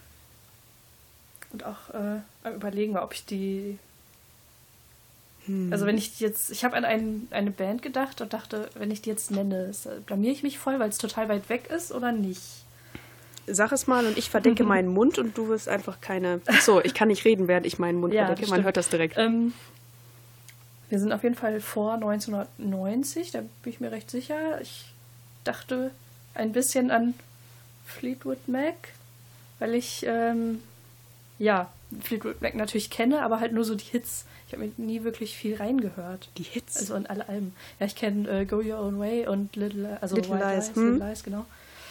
Und auch am Überlegen war, ob ich die... Also wenn ich die jetzt... Ich habe an eine Band gedacht und dachte, wenn ich die jetzt nenne, blamiere ich mich voll, weil es total weit weg ist oder nicht? Sag es mal und ich verdecke meinen Mund und du wirst einfach keine... Achso, ich kann nicht reden, während ich meinen Mund verdecke. Man hört das direkt. Wir sind auf jeden Fall vor 1990, da bin ich mir recht sicher. Ich dachte ein bisschen an Fleetwood Mac, weil ich, Fleetwood Mac natürlich kenne, aber halt nur so die Hits. Ich habe mir nie wirklich viel reingehört. Die Hits? Also an alle Alben. Ja, ich kenne Go Your Own Way und Little Lies. Little Lies, genau.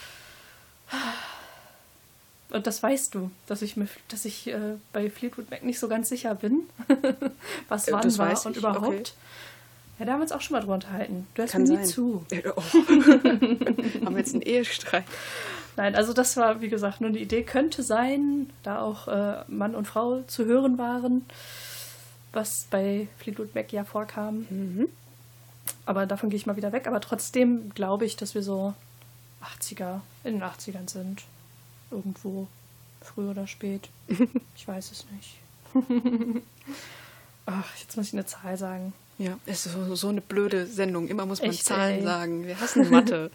Und das weißt du, dass ich bei Fleetwood Mac nicht so ganz sicher bin, was wann das war weiß und ich, überhaupt. okay. Ja, da haben wir uns auch schon mal drüber unterhalten. Du hörst Kann mir nie sein. zu. Oh. Haben wir jetzt einen Ehestreit? Nein, also das war, wie gesagt, nur eine Idee. Könnte sein, da auch Mann und Frau zu hören waren, was bei Fleetwood Mac ja vorkam. Mhm. Aber davon gehe ich mal wieder weg. Aber trotzdem glaube ich, dass wir so in den 80ern sind. Irgendwo. Früh oder spät. Ich weiß es nicht. Ach, jetzt muss ich eine Zahl sagen. Ja, es ist so eine blöde Sendung. Immer muss man Echt, Zahlen ey. sagen. Wir hassen Mathe.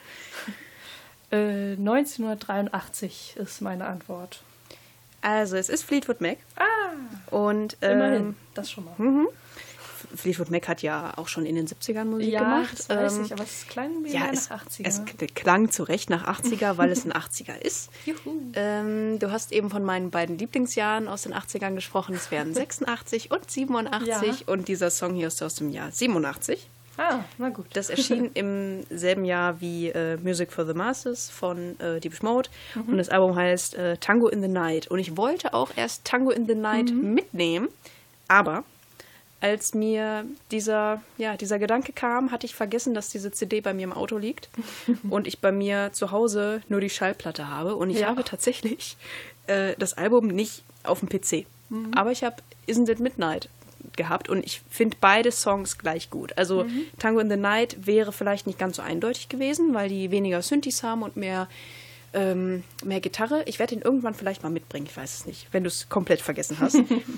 1983 ist meine Antwort. Also, es ist Fleetwood Mac. Und Immerhin, das schon mal. Fleetwood Mac hat ja auch schon in den 70ern Musik Ja, gemacht. das weiß ich, aber es klang mir es, nach 80er. es klang zu Recht nach 80er, weil es ein 80er ist. Juhu. Du hast eben von meinen beiden Lieblingsjahren aus den 80ern gesprochen. Es wären 86 und 87 Ja. und dieser Song hier ist aus dem Jahr 87. Na gut. Das erschien im selben Jahr wie Music for the Masses von Depeche Mode und das Album heißt Tango in the Night. Und ich wollte auch erst Tango in the Night mitnehmen, aber als mir dieser Gedanke kam, hatte ich vergessen, dass diese CD bei mir im Auto liegt und ich bei mir zu Hause nur die Schallplatte habe. Und ich habe tatsächlich das Album nicht auf dem PC. Aber ich habe Isn't It Midnight gehabt und ich finde beide Songs gleich gut. Also Tango in the Night wäre vielleicht nicht ganz so eindeutig gewesen, weil die weniger Synthes haben und mehr Gitarre. Ich werde ihn irgendwann vielleicht mal mitbringen, ich weiß es nicht, wenn du es komplett vergessen hast.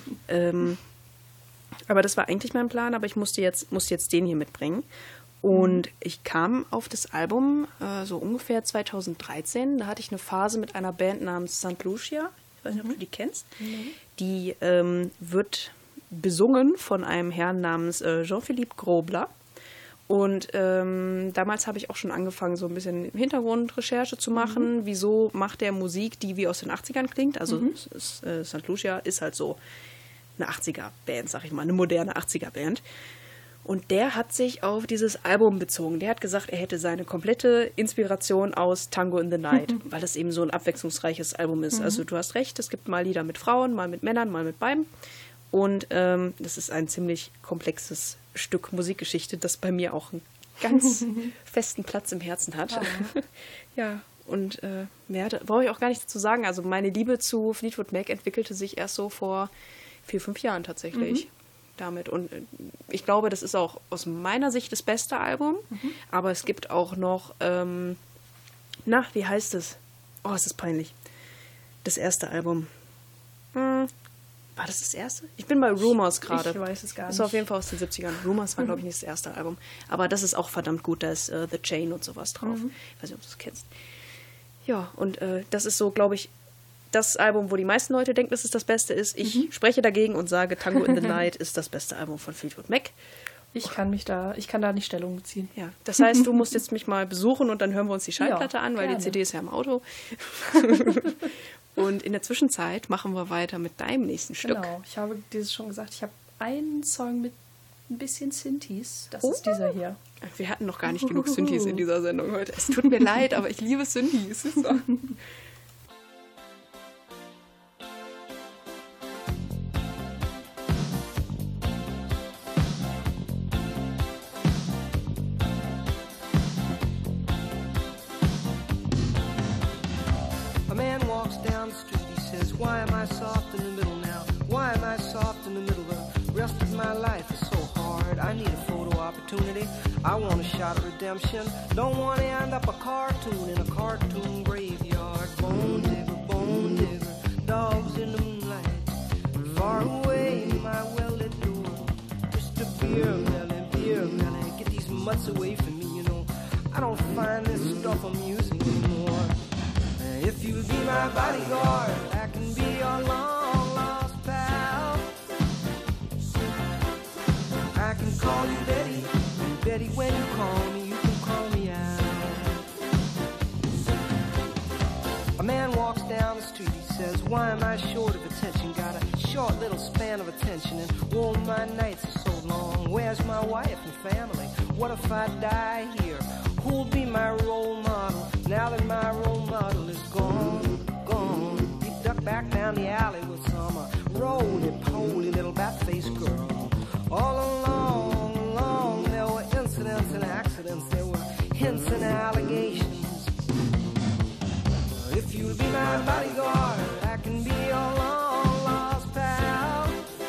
Aber das war eigentlich mein Plan, aber ich musste jetzt den hier mitbringen. Und ich kam auf das Album so ungefähr 2013. Da hatte ich eine Phase mit einer Band namens St. Lucia. Ich weiß nicht, ob du die kennst. Die wird besungen von einem Herrn namens Jean-Philippe Grobler. Und damals habe ich auch schon angefangen, so ein bisschen Hintergrundrecherche zu machen. Wieso macht der Musik, die wie aus den 80ern klingt? Also St. Lucia ist halt so eine 80er-Band, sag ich mal, eine moderne 80er-Band. Und der hat sich auf dieses Album bezogen. Der hat gesagt, er hätte seine komplette Inspiration aus Tango in the Night, weil das eben so ein abwechslungsreiches Album ist. Also du hast recht, es gibt mal Lieder mit Frauen, mal mit Männern, mal mit beiden. Und das ist ein ziemlich komplexes Stück Musikgeschichte, das bei mir auch einen ganz festen Platz im Herzen hat. Ja, und mehr brauche ich auch gar nicht dazu sagen. Also meine Liebe zu Fleetwood Mac entwickelte sich erst so vor 4-5 Jahren tatsächlich damit. Und ich glaube, das ist auch aus meiner Sicht das beste Album. Aber es gibt auch noch, wie heißt es? Oh, es ist peinlich. Das erste Album. War das erste? Ich bin bei Rumors gerade. Ich weiß es gar nicht. Das ist auf jeden Fall aus den 70ern. Rumors war, glaube ich, nicht das erste Album. Aber das ist auch verdammt gut. Da ist The Chain und sowas drauf. Ich weiß nicht, ob du das kennst. Ja, und das ist so, glaube ich, das Album, wo die meisten Leute denken, dass es das Beste ist. Ich spreche dagegen und sage, Tango in the Night ist das beste Album von Fleetwood Mac. Ich kann da nicht Stellung beziehen. Ja, das heißt, du musst jetzt mich mal besuchen und dann hören wir uns die Schallplatte an, weil gerne. die CD ist ja im Auto. Und in der Zwischenzeit machen wir weiter mit deinem nächsten Stück. Genau, ich habe dieses schon gesagt, ich habe einen Song mit ein bisschen Synthes. Das ist dieser hier. Wir hatten noch gar nicht genug Synthes in dieser Sendung heute. Es tut mir leid, aber ich liebe Synthes. So. A man walks down the street, he says, why am I soft in the middle now? Why am I soft in the middle? opportunity. I want a shot at redemption. Don't want to end up a cartoon in a cartoon graveyard. Bone digger, dogs in the moonlight. Far away, my well-lit door. Just a beer belly. Get these mutts away from me, you know. I don't find this stuff amusing anymore. If you'll be my bodyguard, I can be your long-lost pal. I can call you Betty, and Betty, when you call me, you can call me out. A man walks down the street, he says, why am I short of attention? Got a short little span of attention, and oh, my nights are so long. Where's my wife and family? What if I die here? Who'll be my role model now that my role model is gone? He ducked back down the alley with some roly-poly little bat-faced girl. All along, there were incidents and accidents. There were hints and allegations. If you'll be my bodyguard, I can be your long-lost pal.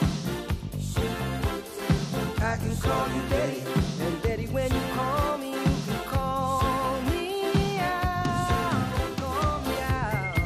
I can call you Betty, and Betty, when you call me, you can call me out. Call me out.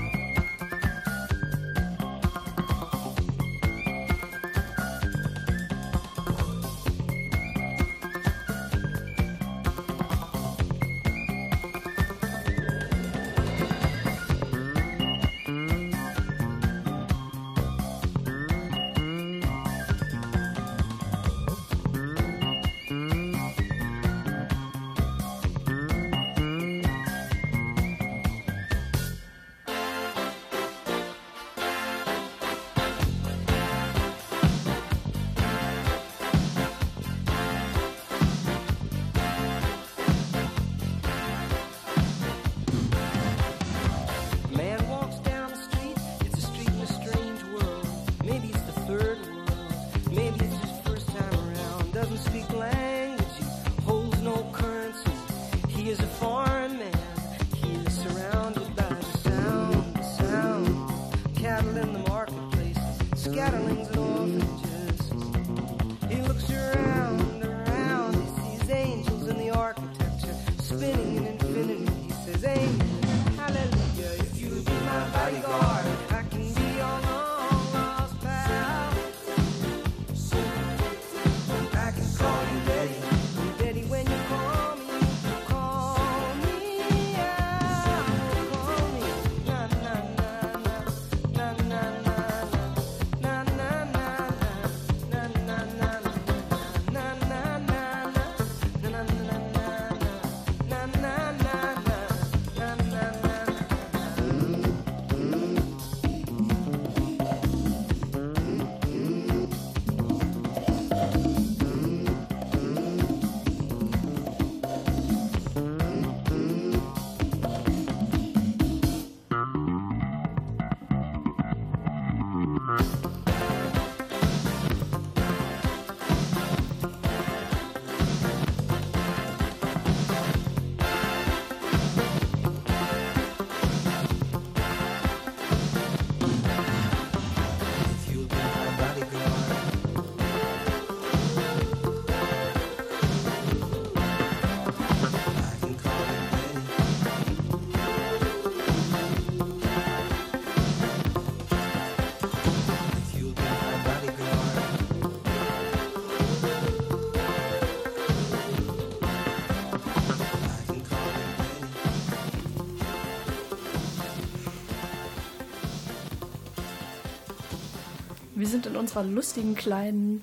Wir sind in unserer lustigen kleinen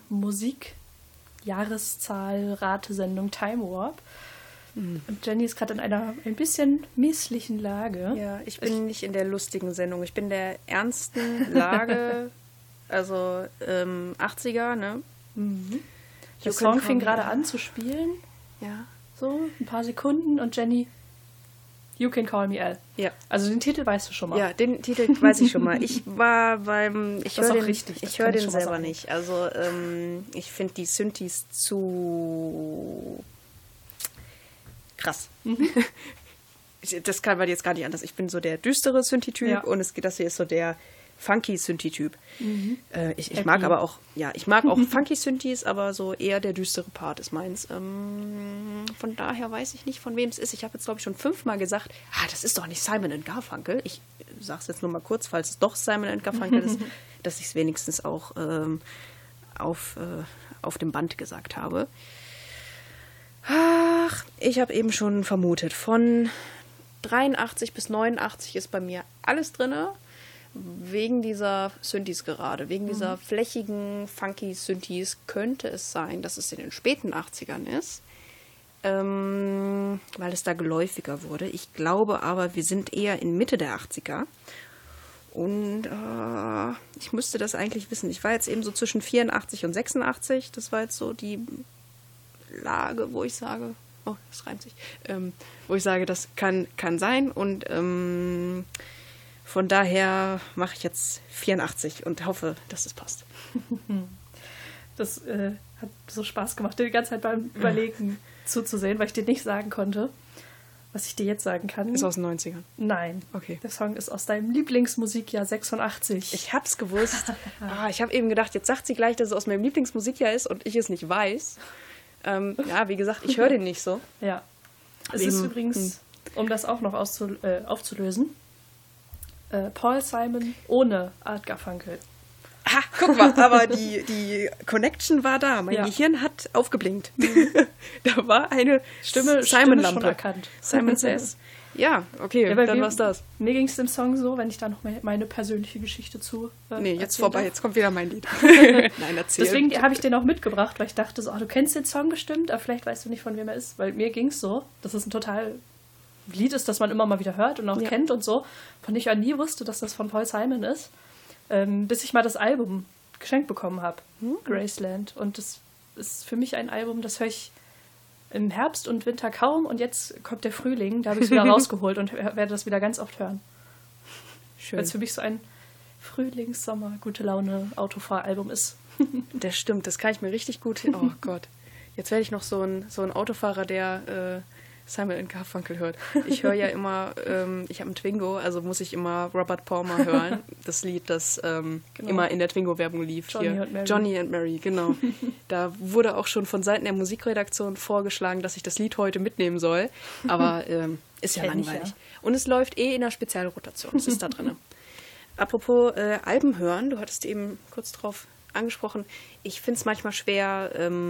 Musik-Jahreszahl-Ratesendung Time Warp. Und Jenny ist gerade in einer ein bisschen misslichen Lage. Ja, ich bin nicht in der lustigen Sendung. Ich bin in der ernsten Lage, also 80er, ne? Mhm. Der Song fing gerade an zu spielen. Ja. So, ein paar Sekunden und Jenny, You Can Call Me Al. Ja. Also den Titel weißt du schon mal. Ja, den Titel weiß ich schon mal. Ich war beim... Ich höre den, ich hör den selber nicht. Also ich finde die Synthes zu krass. Mhm. Das kann man jetzt gar nicht anders. Ich bin so der düstere Synthi-Typ und das hier ist so der Funky-Synthi-Typ. Ich mag aber auch, ich mag auch Funky-Synthes, aber so eher der düstere Part ist meins. Von daher weiß ich nicht, von wem es ist. Ich habe jetzt, glaube ich, schon 5-mal gesagt, das ist doch nicht Simon & Garfunkel. Ich sage es jetzt nur mal kurz, falls es doch Simon & Garfunkel ist, dass ich es wenigstens auch auf dem Band gesagt habe. Ach, ich habe eben schon vermutet, von 83 bis 89 ist bei mir alles drinne, wegen dieser Synthes gerade, wegen dieser flächigen, funky Synthes könnte es sein, dass es in den späten 80ern ist, weil es da geläufiger wurde. Ich glaube aber, wir sind eher in Mitte der 80er und ich müsste das eigentlich wissen. Ich war jetzt eben so zwischen 84 und 86, das war jetzt so die Lage, wo ich sage, das reimt sich, wo ich sage, das kann sein und von daher mache ich jetzt 84 und hoffe, dass es passt. Das hat so Spaß gemacht, dir die ganze Zeit beim Überlegen zuzusehen, weil ich dir nicht sagen konnte, was ich dir jetzt sagen kann. Ist aus den 90ern? Nein. Okay. Der Song ist aus deinem Lieblingsmusikjahr 86. Ich hab's gewusst. Ich habe eben gedacht, jetzt sagt sie gleich, dass es aus meinem Lieblingsmusikjahr ist und ich es nicht weiß. Wie gesagt, ich höre den nicht so. Ja. Es ist übrigens, um das auch noch aufzulösen, Paul Simon ohne Art Garfunkel. Guck mal, aber die Connection war da. Mein Gehirn hat aufgeblinkt. Da war eine Simon-Lampe. Schon erkannt. Simon Says. Ja, okay, dann war's das. Mir ging es im Song so, wenn ich da noch meine persönliche Geschichte zu jetzt vorbei, jetzt kommt wieder mein Lied. Nein, erzähl. Deswegen habe ich den auch mitgebracht, weil ich dachte so, du kennst den Song bestimmt, aber vielleicht weißt du nicht, von wem er ist. Weil mir ging es so, dass es ein total Lied ist, das man immer mal wieder hört und auch kennt und so, von ich auch nie wusste, dass das von Paul Simon ist, bis ich mal das Album geschenkt bekommen habe, Graceland. Und das ist für mich ein Album, das höre ich im Herbst und Winter kaum und jetzt kommt der Frühling, da habe ich es wieder rausgeholt und werde das wieder ganz oft hören. Schön. Weil es für mich so ein Frühlings-Sommer, gute Laune Autofahralbum ist. Das stimmt, das kann ich mir richtig gut oh Gott. Jetzt werde ich noch so ein Autofahrer, der Simon & Garfunkel hört. Ich höre ja immer, ich habe einen Twingo, also muss ich immer Robert Palmer hören. Das Lied, das immer in der Twingo-Werbung lief. Johnny and Mary, genau. Da wurde auch schon von Seiten der Musikredaktion vorgeschlagen, dass ich das Lied heute mitnehmen soll. Aber ist ja langweilig. Und es läuft in der Spezialrotation. Es ist da drin. Apropos Alben hören, du hattest eben kurz drauf angesprochen. Ich finde es manchmal schwer,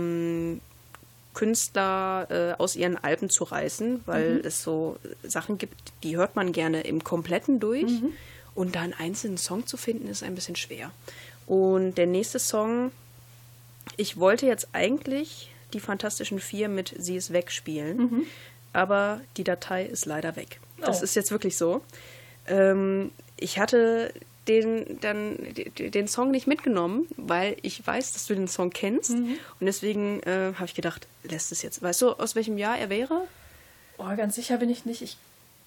Künstler aus ihren Alben zu reißen, weil es so Sachen gibt, die hört man gerne im Kompletten durch und da einen einzelnen Song zu finden, ist ein bisschen schwer. Und der nächste Song, ich wollte jetzt eigentlich die Fantastischen Vier mit Sie ist weg spielen, aber die Datei ist leider weg. Das ist jetzt wirklich so. Ich hatte den Song nicht mitgenommen, weil ich weiß, dass du den Song kennst. Und deswegen habe ich gedacht, lässt es jetzt. Weißt du, aus welchem Jahr er wäre? Ganz sicher bin ich nicht.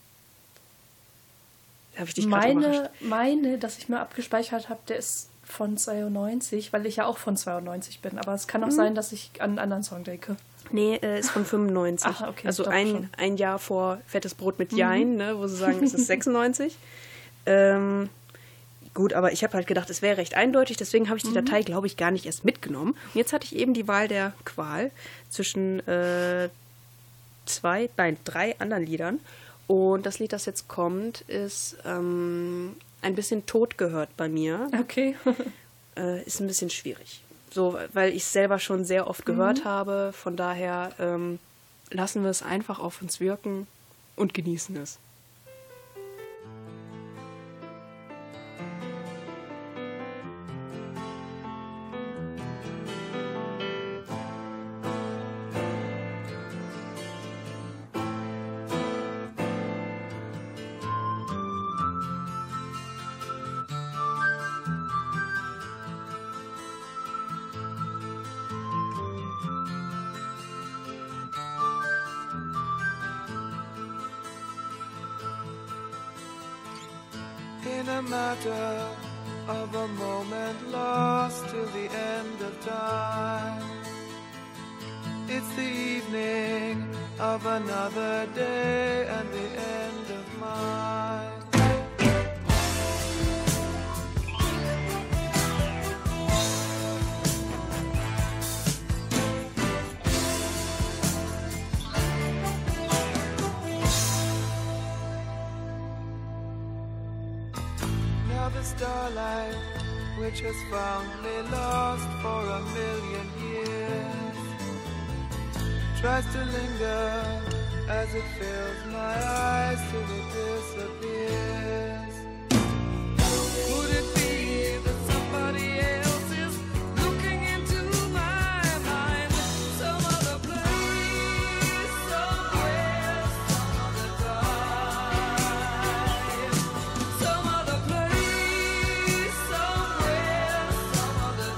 Habe ich dich gerade überrascht? Meine, dass ich mir abgespeichert habe, der ist von 92, weil ich ja auch von 92 bin. Aber es kann auch sein, dass ich an einen anderen Song denke. Nee, ist von 95. Ach, okay, also ein Jahr vor Fettes Brot mit Jein, ne, wo sie sagen, es ist 96. Gut, aber ich habe halt gedacht, es wäre recht eindeutig, deswegen habe ich die Datei, glaube ich, gar nicht erst mitgenommen. Und jetzt hatte ich eben die Wahl der Qual zwischen 3 anderen Liedern. Und das Lied, das jetzt kommt, ist ein bisschen tot gehört bei mir. Okay. Ist ein bisschen schwierig. So, weil ich es selber schon sehr oft gehört habe. Von daher lassen wir es einfach auf uns wirken und genießen es. In a matter of a moment lost till the end of time. It's the evening of another day and the end of mine. starlight, which has found me lost for 1,000,000 years, tries to linger as it fills my eyes till it disappears. Could it be that somebody else is looking into my mind? Some other place, somewhere, some other time. Some other place, somewhere, some other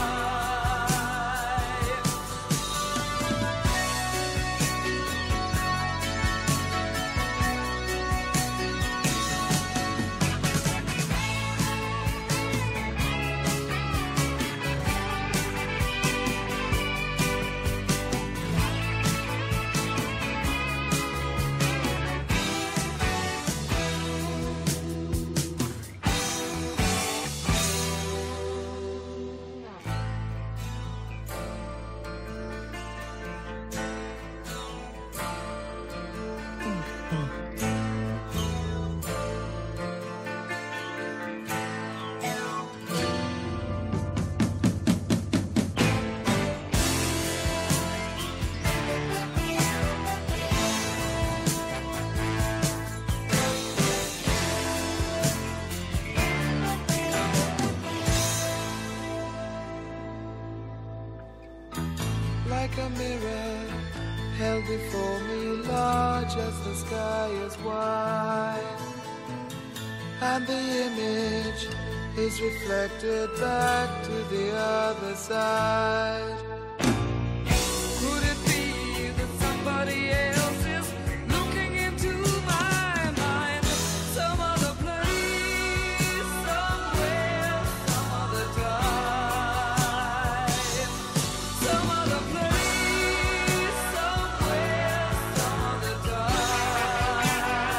time. Like a mirror held before me, large as the sky is wide, and the image is reflected back to the other side. Could it be that somebody else is looking into my mind? Some other place, somewhere, some other time. Some other place, somewhere, some other time.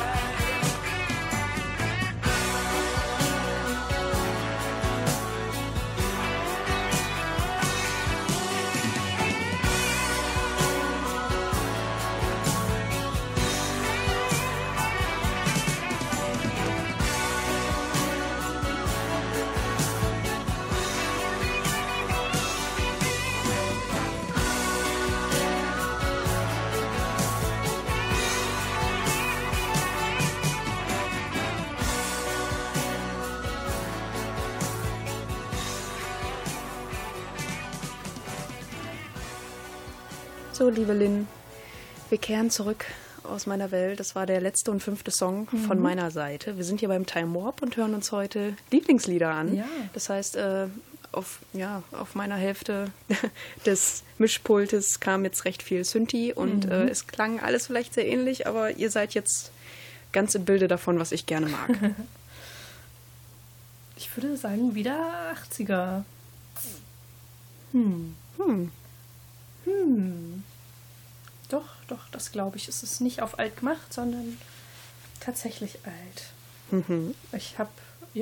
So, liebe Lynn, wir kehren zurück aus meiner Welt. Das war der letzte und 5. Song von meiner Seite. Wir sind hier beim Time Warp und hören uns heute Lieblingslieder an. Ja. Das heißt, auf meiner Hälfte des Mischpultes kam jetzt recht viel Synthi und es klang alles vielleicht sehr ähnlich, aber ihr seid jetzt ganz im Bilde davon, was ich gerne mag. Ich würde sagen, wieder 80er. Doch, das glaube ich. Es ist nicht auf alt gemacht, sondern tatsächlich alt. Ich habe,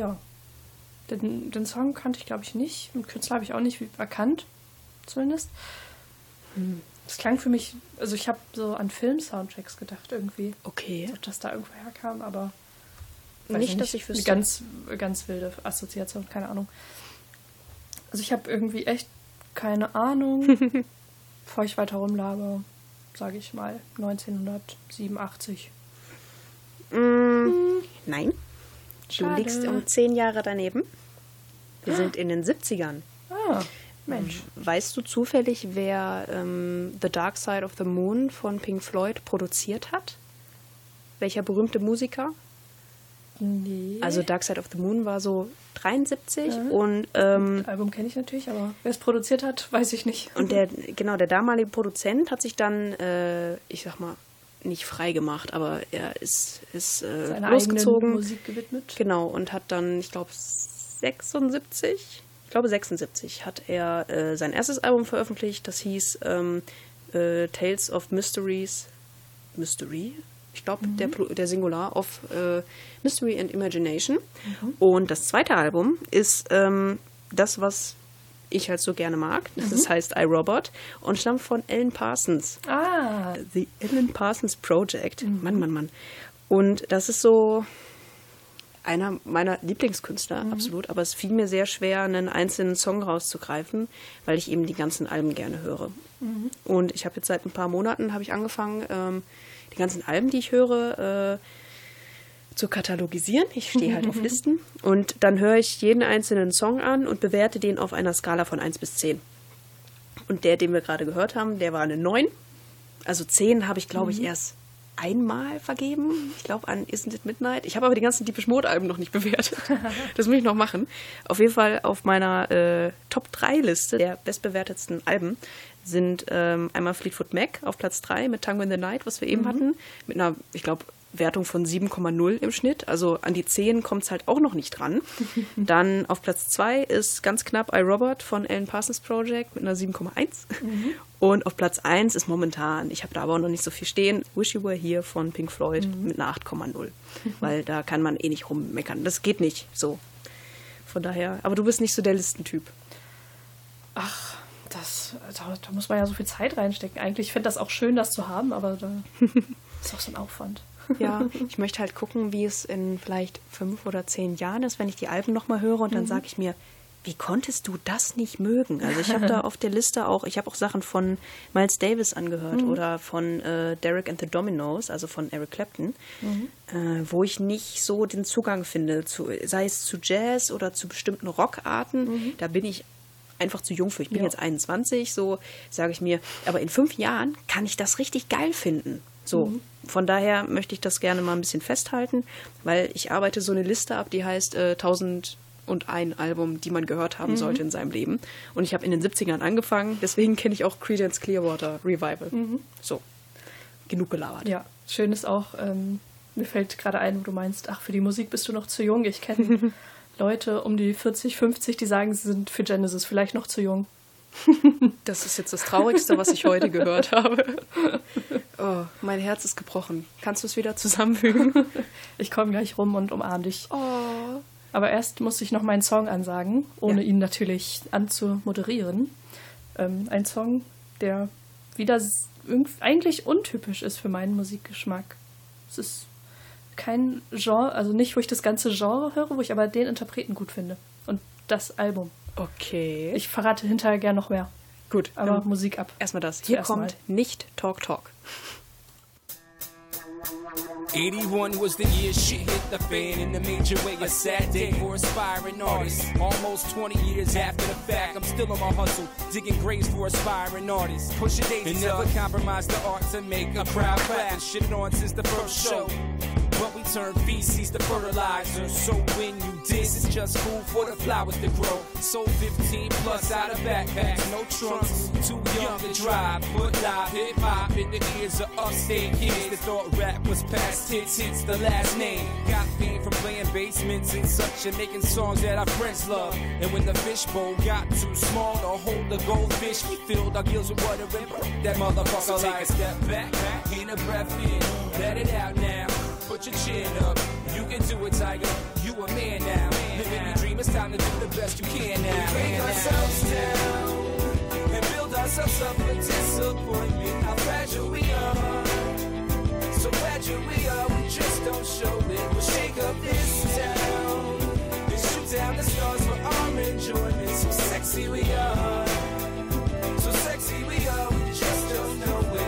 den Song kannte ich, glaube ich, nicht. Den Künstler habe ich auch nicht erkannt, zumindest. Das klang für mich, also ich habe so an Film-Soundtracks gedacht irgendwie. Okay. Ob das da irgendwo herkam, aber Nicht, dass ich wüsste. Ganz wilde Assoziation, keine Ahnung. Also ich habe irgendwie echt keine Ahnung, bevor ich weiter rumlabe, sage ich mal 1987. Nein, Schade. du liegst um 10 Jahre daneben. Wir sind in den 70ern. Ah, Mensch. Weißt du zufällig, wer The Dark Side of the Moon von Pink Floyd produziert hat? Welcher berühmte Musiker? Nee. Also Dark Side of the Moon war so 73 und Das Album kenne ich natürlich, aber wer es produziert hat, weiß ich nicht. und der damalige Produzent hat sich dann, ich sag mal, nicht frei gemacht, aber er ist Seiner losgezogen. eigenen Musik gewidmet. Genau, und hat dann, ich glaube 76 hat er sein erstes Album veröffentlicht, das hieß Tales of Mysteries. Mystery? Ich glaube, der Singular of Mystery and Imagination. Und das zweite Album ist das, was ich halt so gerne mag. Das heißt iRobot und stammt von Alan Parsons. Ah, The Alan Parsons Project. Mann. Und das ist so einer meiner Lieblingskünstler, absolut. Aber es fiel mir sehr schwer, einen einzelnen Song rauszugreifen, weil ich eben die ganzen Alben gerne höre. Und ich habe jetzt seit ein paar Monaten angefangen, die ganzen Alben, die ich höre, zu katalogisieren. Ich stehe halt auf Listen. Und dann höre ich jeden einzelnen Song an und bewerte den auf einer Skala von 1 bis 10. Und der, den wir gerade gehört haben, der war eine 9. Also 10 habe ich, glaube ich, erst einmal vergeben. Ich glaube an Isn't It Midnight. Ich habe aber die ganzen Depeche Mode Alben noch nicht bewertet. Das muss ich noch machen. Auf jeden Fall auf meiner Top 3 Liste der bestbewertetsten Alben sind einmal Fleetwood Mac auf Platz 3 mit Tango in the Night, was wir eben hatten. Mit einer, ich glaube, Wertung von 7,0 im Schnitt. Also an die 10 kommt es halt auch noch nicht dran. Dann auf Platz 2 ist ganz knapp I, Robot von Alan Parsons Project mit einer 7,1. Und auf Platz 1 ist momentan, ich habe da aber auch noch nicht so viel stehen, Wish You Were Here von Pink Floyd mit einer 8,0. Weil da kann man eh nicht rummeckern. Das geht nicht so. Von daher, aber du bist nicht so der Listentyp. Ach, da muss man ja so viel Zeit reinstecken. Eigentlich finde ich das auch schön, das zu haben, aber da ist auch so ein Aufwand. Ja, ich möchte halt gucken, wie es in vielleicht 5 oder 10 Jahren ist, wenn ich die Alben nochmal höre und dann sage ich mir, wie konntest du das nicht mögen? Also ich habe da auf der Liste auch, ich habe auch Sachen von Miles Davis angehört oder von Derek and the Dominos, also von Eric Clapton, wo ich nicht so den Zugang finde, sei es zu Jazz oder zu bestimmten Rockarten. Da bin ich einfach zu jung für. Ich bin jetzt 21, so sage ich mir, aber in 5 Jahren kann ich das richtig geil finden. So, von daher möchte ich das gerne mal ein bisschen festhalten, weil ich arbeite so eine Liste ab, die heißt 1001 Album, die man gehört haben sollte in seinem Leben. Und ich habe in den 70ern angefangen, deswegen kenne ich auch Creedence Clearwater Revival. So, genug gelabert. Ja, schön ist auch, mir fällt gerade ein, wo du meinst, ach, für die Musik bist du noch zu jung. Ich kenne Leute um die 40, 50, die sagen, sie sind für Genesis vielleicht noch zu jung. Das ist jetzt das Traurigste, was ich heute gehört habe. Oh, mein Herz ist gebrochen. Kannst du es wieder zusammenfügen? Ich komme gleich rum und umarm dich. Oh. Aber erst muss ich noch meinen Song ansagen, ohne ihn natürlich anzumoderieren. Ein Song, der wieder eigentlich untypisch ist für meinen Musikgeschmack. Es ist kein Genre, also nicht, wo ich das ganze Genre höre, wo ich aber den Interpreten gut finde. Und das Album. Okay. Ich verrate hinterher gern noch mehr. Gut, aber Musik ab. Erstmal das. Hier kommt nicht Talk Talk. 81 was the year shit hit the fan in a major way. A sad day for aspiring artists. Almost 20 years after the fact, I'm still on my hustle, digging graves for aspiring artists. Pushing daisies, and never compromise the art to make a crowd clap. And shit on since the first show. But we turn feces to fertilizer. So when you diss, it's just food for the flowers to grow. So 15 plus out of backpacks, no trunks, too young to drive. Put live hip-hop in the ears of upstate kids that thought rap was past hits, the last name. Got pain from playing basements and such and making songs that our friends love. And when the fishbowl got too small to hold the goldfish, we filled our gills with water and that motherfucker. So take a step back, in a breath in, let it out now. Put your chin up, you can do it, Tiger. You a man now. Living your dream, it's time to do the best you can now. We break ourselves down and build ourselves up for disappointment. How fragile we are, so fragile we are. We just don't show it. We'll shake up this town and shoot down the stars for our enjoyment. So sexy we are, so sexy we are. We just don't know it.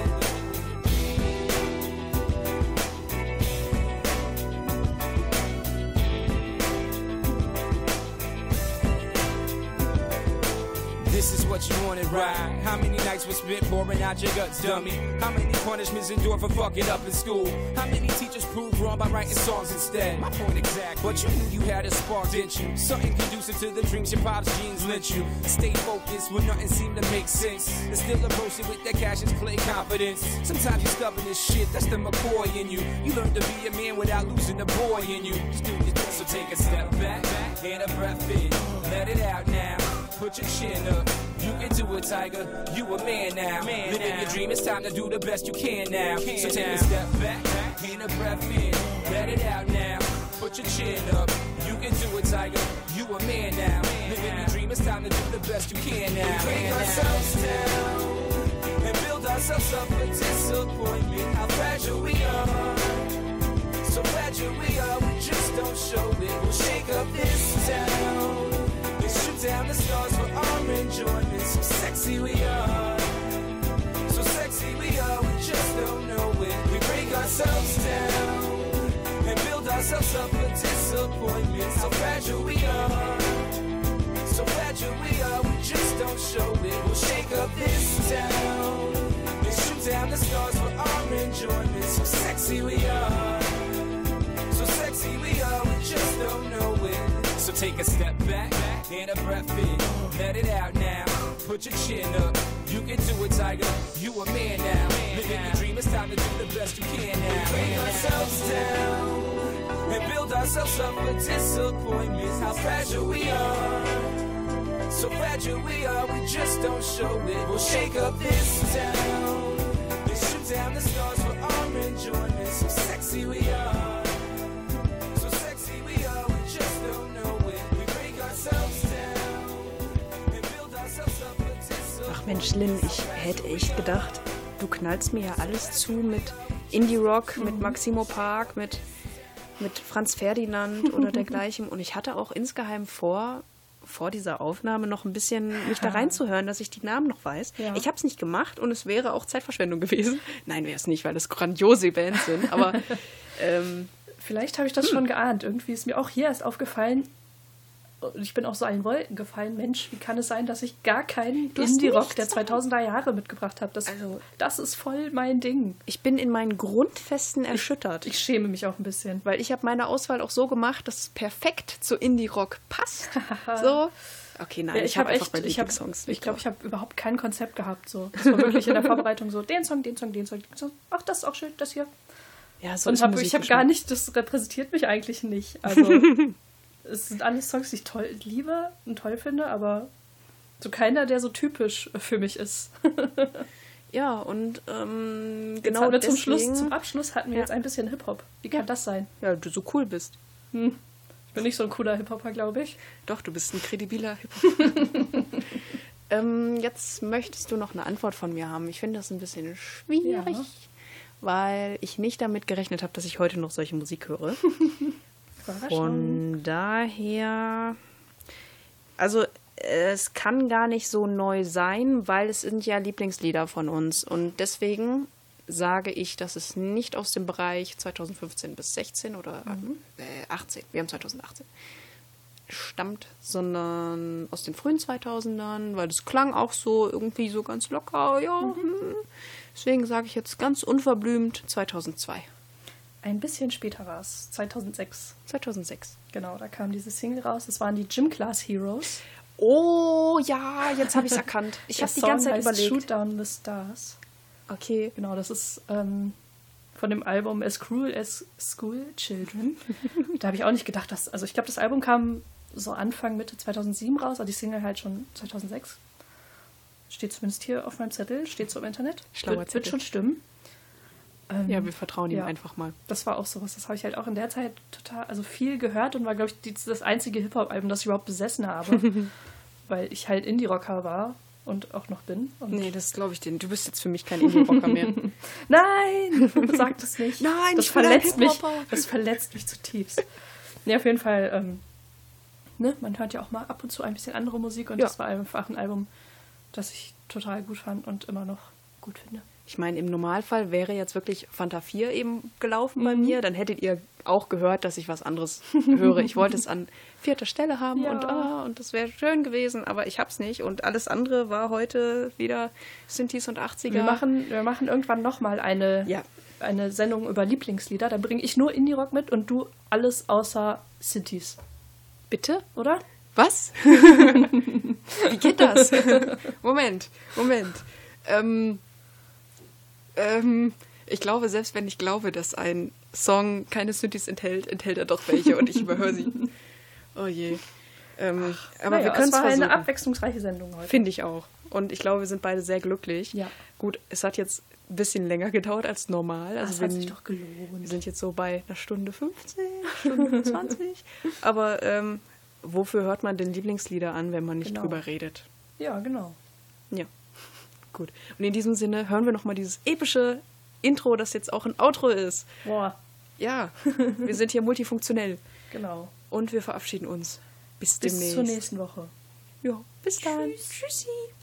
This is what you wanted, right? How many nights were spent pouring out your guts, dummy? How many punishments endured for fucking up in school? How many teachers proved wrong by writing songs instead? My point exactly. But you knew you had a spark, didn't you? Something conducive to the dreams your pop's genes lent you. Stay focused when nothing seemed to make sense. And still approach it with that Cassius Clay confidence. Sometimes you're stubborn as shit, that's the McCoy in you. You learn to be a man without losing the boy in you. Just do your thing, so take a step back and a breath in. Let it out now. Put your chin up, you can do it, Tiger. You a man now. Living your dream, it's time to do the best you can now. So take a step back, and a breath in. Let it out now. Put your chin up, you can do it, Tiger. You a man now. Living your dream, it's time to do the best you can now. We break ourselves down and build ourselves up for disappointment. How fragile we are, so So fragile we are, we just don't show it. We'll shake up this town and shoot down the stars for our enjoyment. So sexy we are, so sexy we are, we just don't know it. We break ourselves down and build ourselves up for disappointment. So fragile we are, so fragile we are, we just don't show it. We'll shake up this town and shoot down the stars for our enjoyment. So sexy we are, so sexy we are, we just don't know it. So take a step back and a breath in, let it out now. Put your chin up, you can do it, Tiger. You a man now, living your dream. It's time to do the best you can now. We break ourselves down and build ourselves up for disappointments. How fragile we are, so fragile we are, we just don't show it. We'll shake up this town and shoot down the stars for our enjoyment. So sexy we are, so sexy we are, we just don't know it. We break ourselves down and build ourselves up for disappointments. Ach Mensch, Lynn, ich hätte echt gedacht, du knallst mir ja alles zu mit Indie-Rock, mit Maximo Park, mit Franz Ferdinand oder dergleichen. Und ich hatte auch insgeheim vor dieser Aufnahme noch ein bisschen mich da reinzuhören, dass ich die Namen noch weiß. Ja. Ich habe es nicht gemacht und es wäre auch Zeitverschwendung gewesen. Nein, wäre es nicht, weil das grandiose Bands sind. Aber Vielleicht habe ich das schon geahnt. Irgendwie ist mir auch hier erst aufgefallen, und ich bin auch so allen Wolken gefallen. Mensch, wie kann es sein, dass ich gar keinen Du hast Indie-Rock nichts der 2000er Jahre mitgebracht habe? Das ist voll mein Ding. ich bin in meinen Grundfesten erschüttert. Ich schäme mich auch ein bisschen. Weil ich habe meine Auswahl auch so gemacht, dass es perfekt zu Indie-Rock passt. So. Okay, nein, ich habe einfach meine Lieblingssongs. Ich glaube, ich habe überhaupt kein Konzept gehabt. So. Das war wirklich in der Vorbereitung so, den Song, den Song, den Song, den Song. Ach, das ist auch schön, das hier. Ja, so Und ist ich habe Musikgeschmack. gar nicht, das repräsentiert mich eigentlich nicht. Also, es sind alles Songs, die ich toll liebe und toll finde, aber so keiner, der so typisch für mich ist. Ja, und Jetzt genau hatten wir deswegen... zum Abschluss hatten wir jetzt ein bisschen Hip-Hop. Wie kann das sein? Ja, du so cool bist. Ich bin nicht so ein cooler Hip-Hopper, glaube ich. Doch, du bist ein kredibiler Hip-Hop. Jetzt möchtest du noch eine Antwort von mir haben. Ich finde das ein bisschen schwierig, Ja. weil ich nicht damit gerechnet habe, dass ich heute noch solche Musik höre. Von daher, also es kann gar nicht so neu sein, weil es sind ja Lieblingslieder von uns. Und deswegen sage ich, dass es nicht aus dem Bereich 2015 bis 16 oder 18, wir haben 2018, stammt, sondern aus den frühen 2000ern, weil das klang auch so irgendwie so ganz locker, ja. Deswegen sage ich jetzt ganz unverblümt 2002. Ein bisschen später war es, 2006. 2006. Genau, da kam diese Single raus. Das waren die Gym Class Heroes. Oh ja, jetzt habe ich es erkannt. Ich habe die ganze Zeit überlegt. Shoot Down the Stars. Okay. Genau, das ist von dem Album As Cruel as School Children. Da habe ich auch nicht gedacht, dass... Also ich glaube, das Album kam so Anfang, Mitte 2007 raus, aber die Single halt schon 2006. Steht zumindest hier auf meinem Zettel, steht so im Internet. Schlauer Wird Zettel. schon stimmen. Ja, wir vertrauen ihm ja. einfach mal. Das war auch sowas, das habe ich halt auch in der Zeit also viel gehört und war, glaube ich, das einzige Hip-Hop-Album, das ich überhaupt besessen habe. Weil ich halt Indie-Rocker war und auch noch bin. Und Nee, das glaube ich dir. Du bist jetzt für mich kein Indie-Rocker mehr. Nein, sag das nicht. Nein, das ich will ein verletzt mich. Hip-Hopper. Das verletzt mich zutiefst. Nee, auf jeden Fall, man hört ja auch mal ab und zu ein bisschen andere Musik und Ja. das war einfach ein Album, das ich total gut fand und immer noch gut finde. Ich meine, im Normalfall wäre jetzt wirklich Fanta 4 eben gelaufen bei mir. Dann hättet ihr auch gehört, dass ich was anderes höre. Ich wollte es an 4. Stelle haben Ja. und das wäre schön gewesen, aber ich hab's nicht. Und alles andere war heute wieder Synthes und 80er. Wir machen irgendwann nochmal eine Sendung über Lieblingslieder. Da bringe ich nur Indie-Rock mit und du alles außer Synthes. Bitte? Oder? Was? Wie geht das? Moment. Ich glaube, selbst wenn ich glaube, dass ein Song keine Synthes enthält er doch welche und ich überhöre sie. Oh je. Aber wir können es war versuchen. eine abwechslungsreiche Sendung heute. Finde ich auch. Und ich glaube, wir sind beide sehr glücklich. Ja. Gut, es hat jetzt ein bisschen länger gedauert als normal. Also Das hat sich doch gelohnt. wir sind jetzt so bei einer Stunde 15, Stunde 20. Aber wofür hört man denn Lieblingslieder an, wenn man nicht Genau. drüber redet? Ja, genau. Ja, gut. Und in diesem Sinne hören wir nochmal dieses epische Intro, das jetzt auch ein Outro ist. Boah. Ja, wir sind hier multifunktionell. Genau. Und wir verabschieden uns. Bis Bis demnächst. zur nächsten Woche. Ja, bis dann. Tschüssi.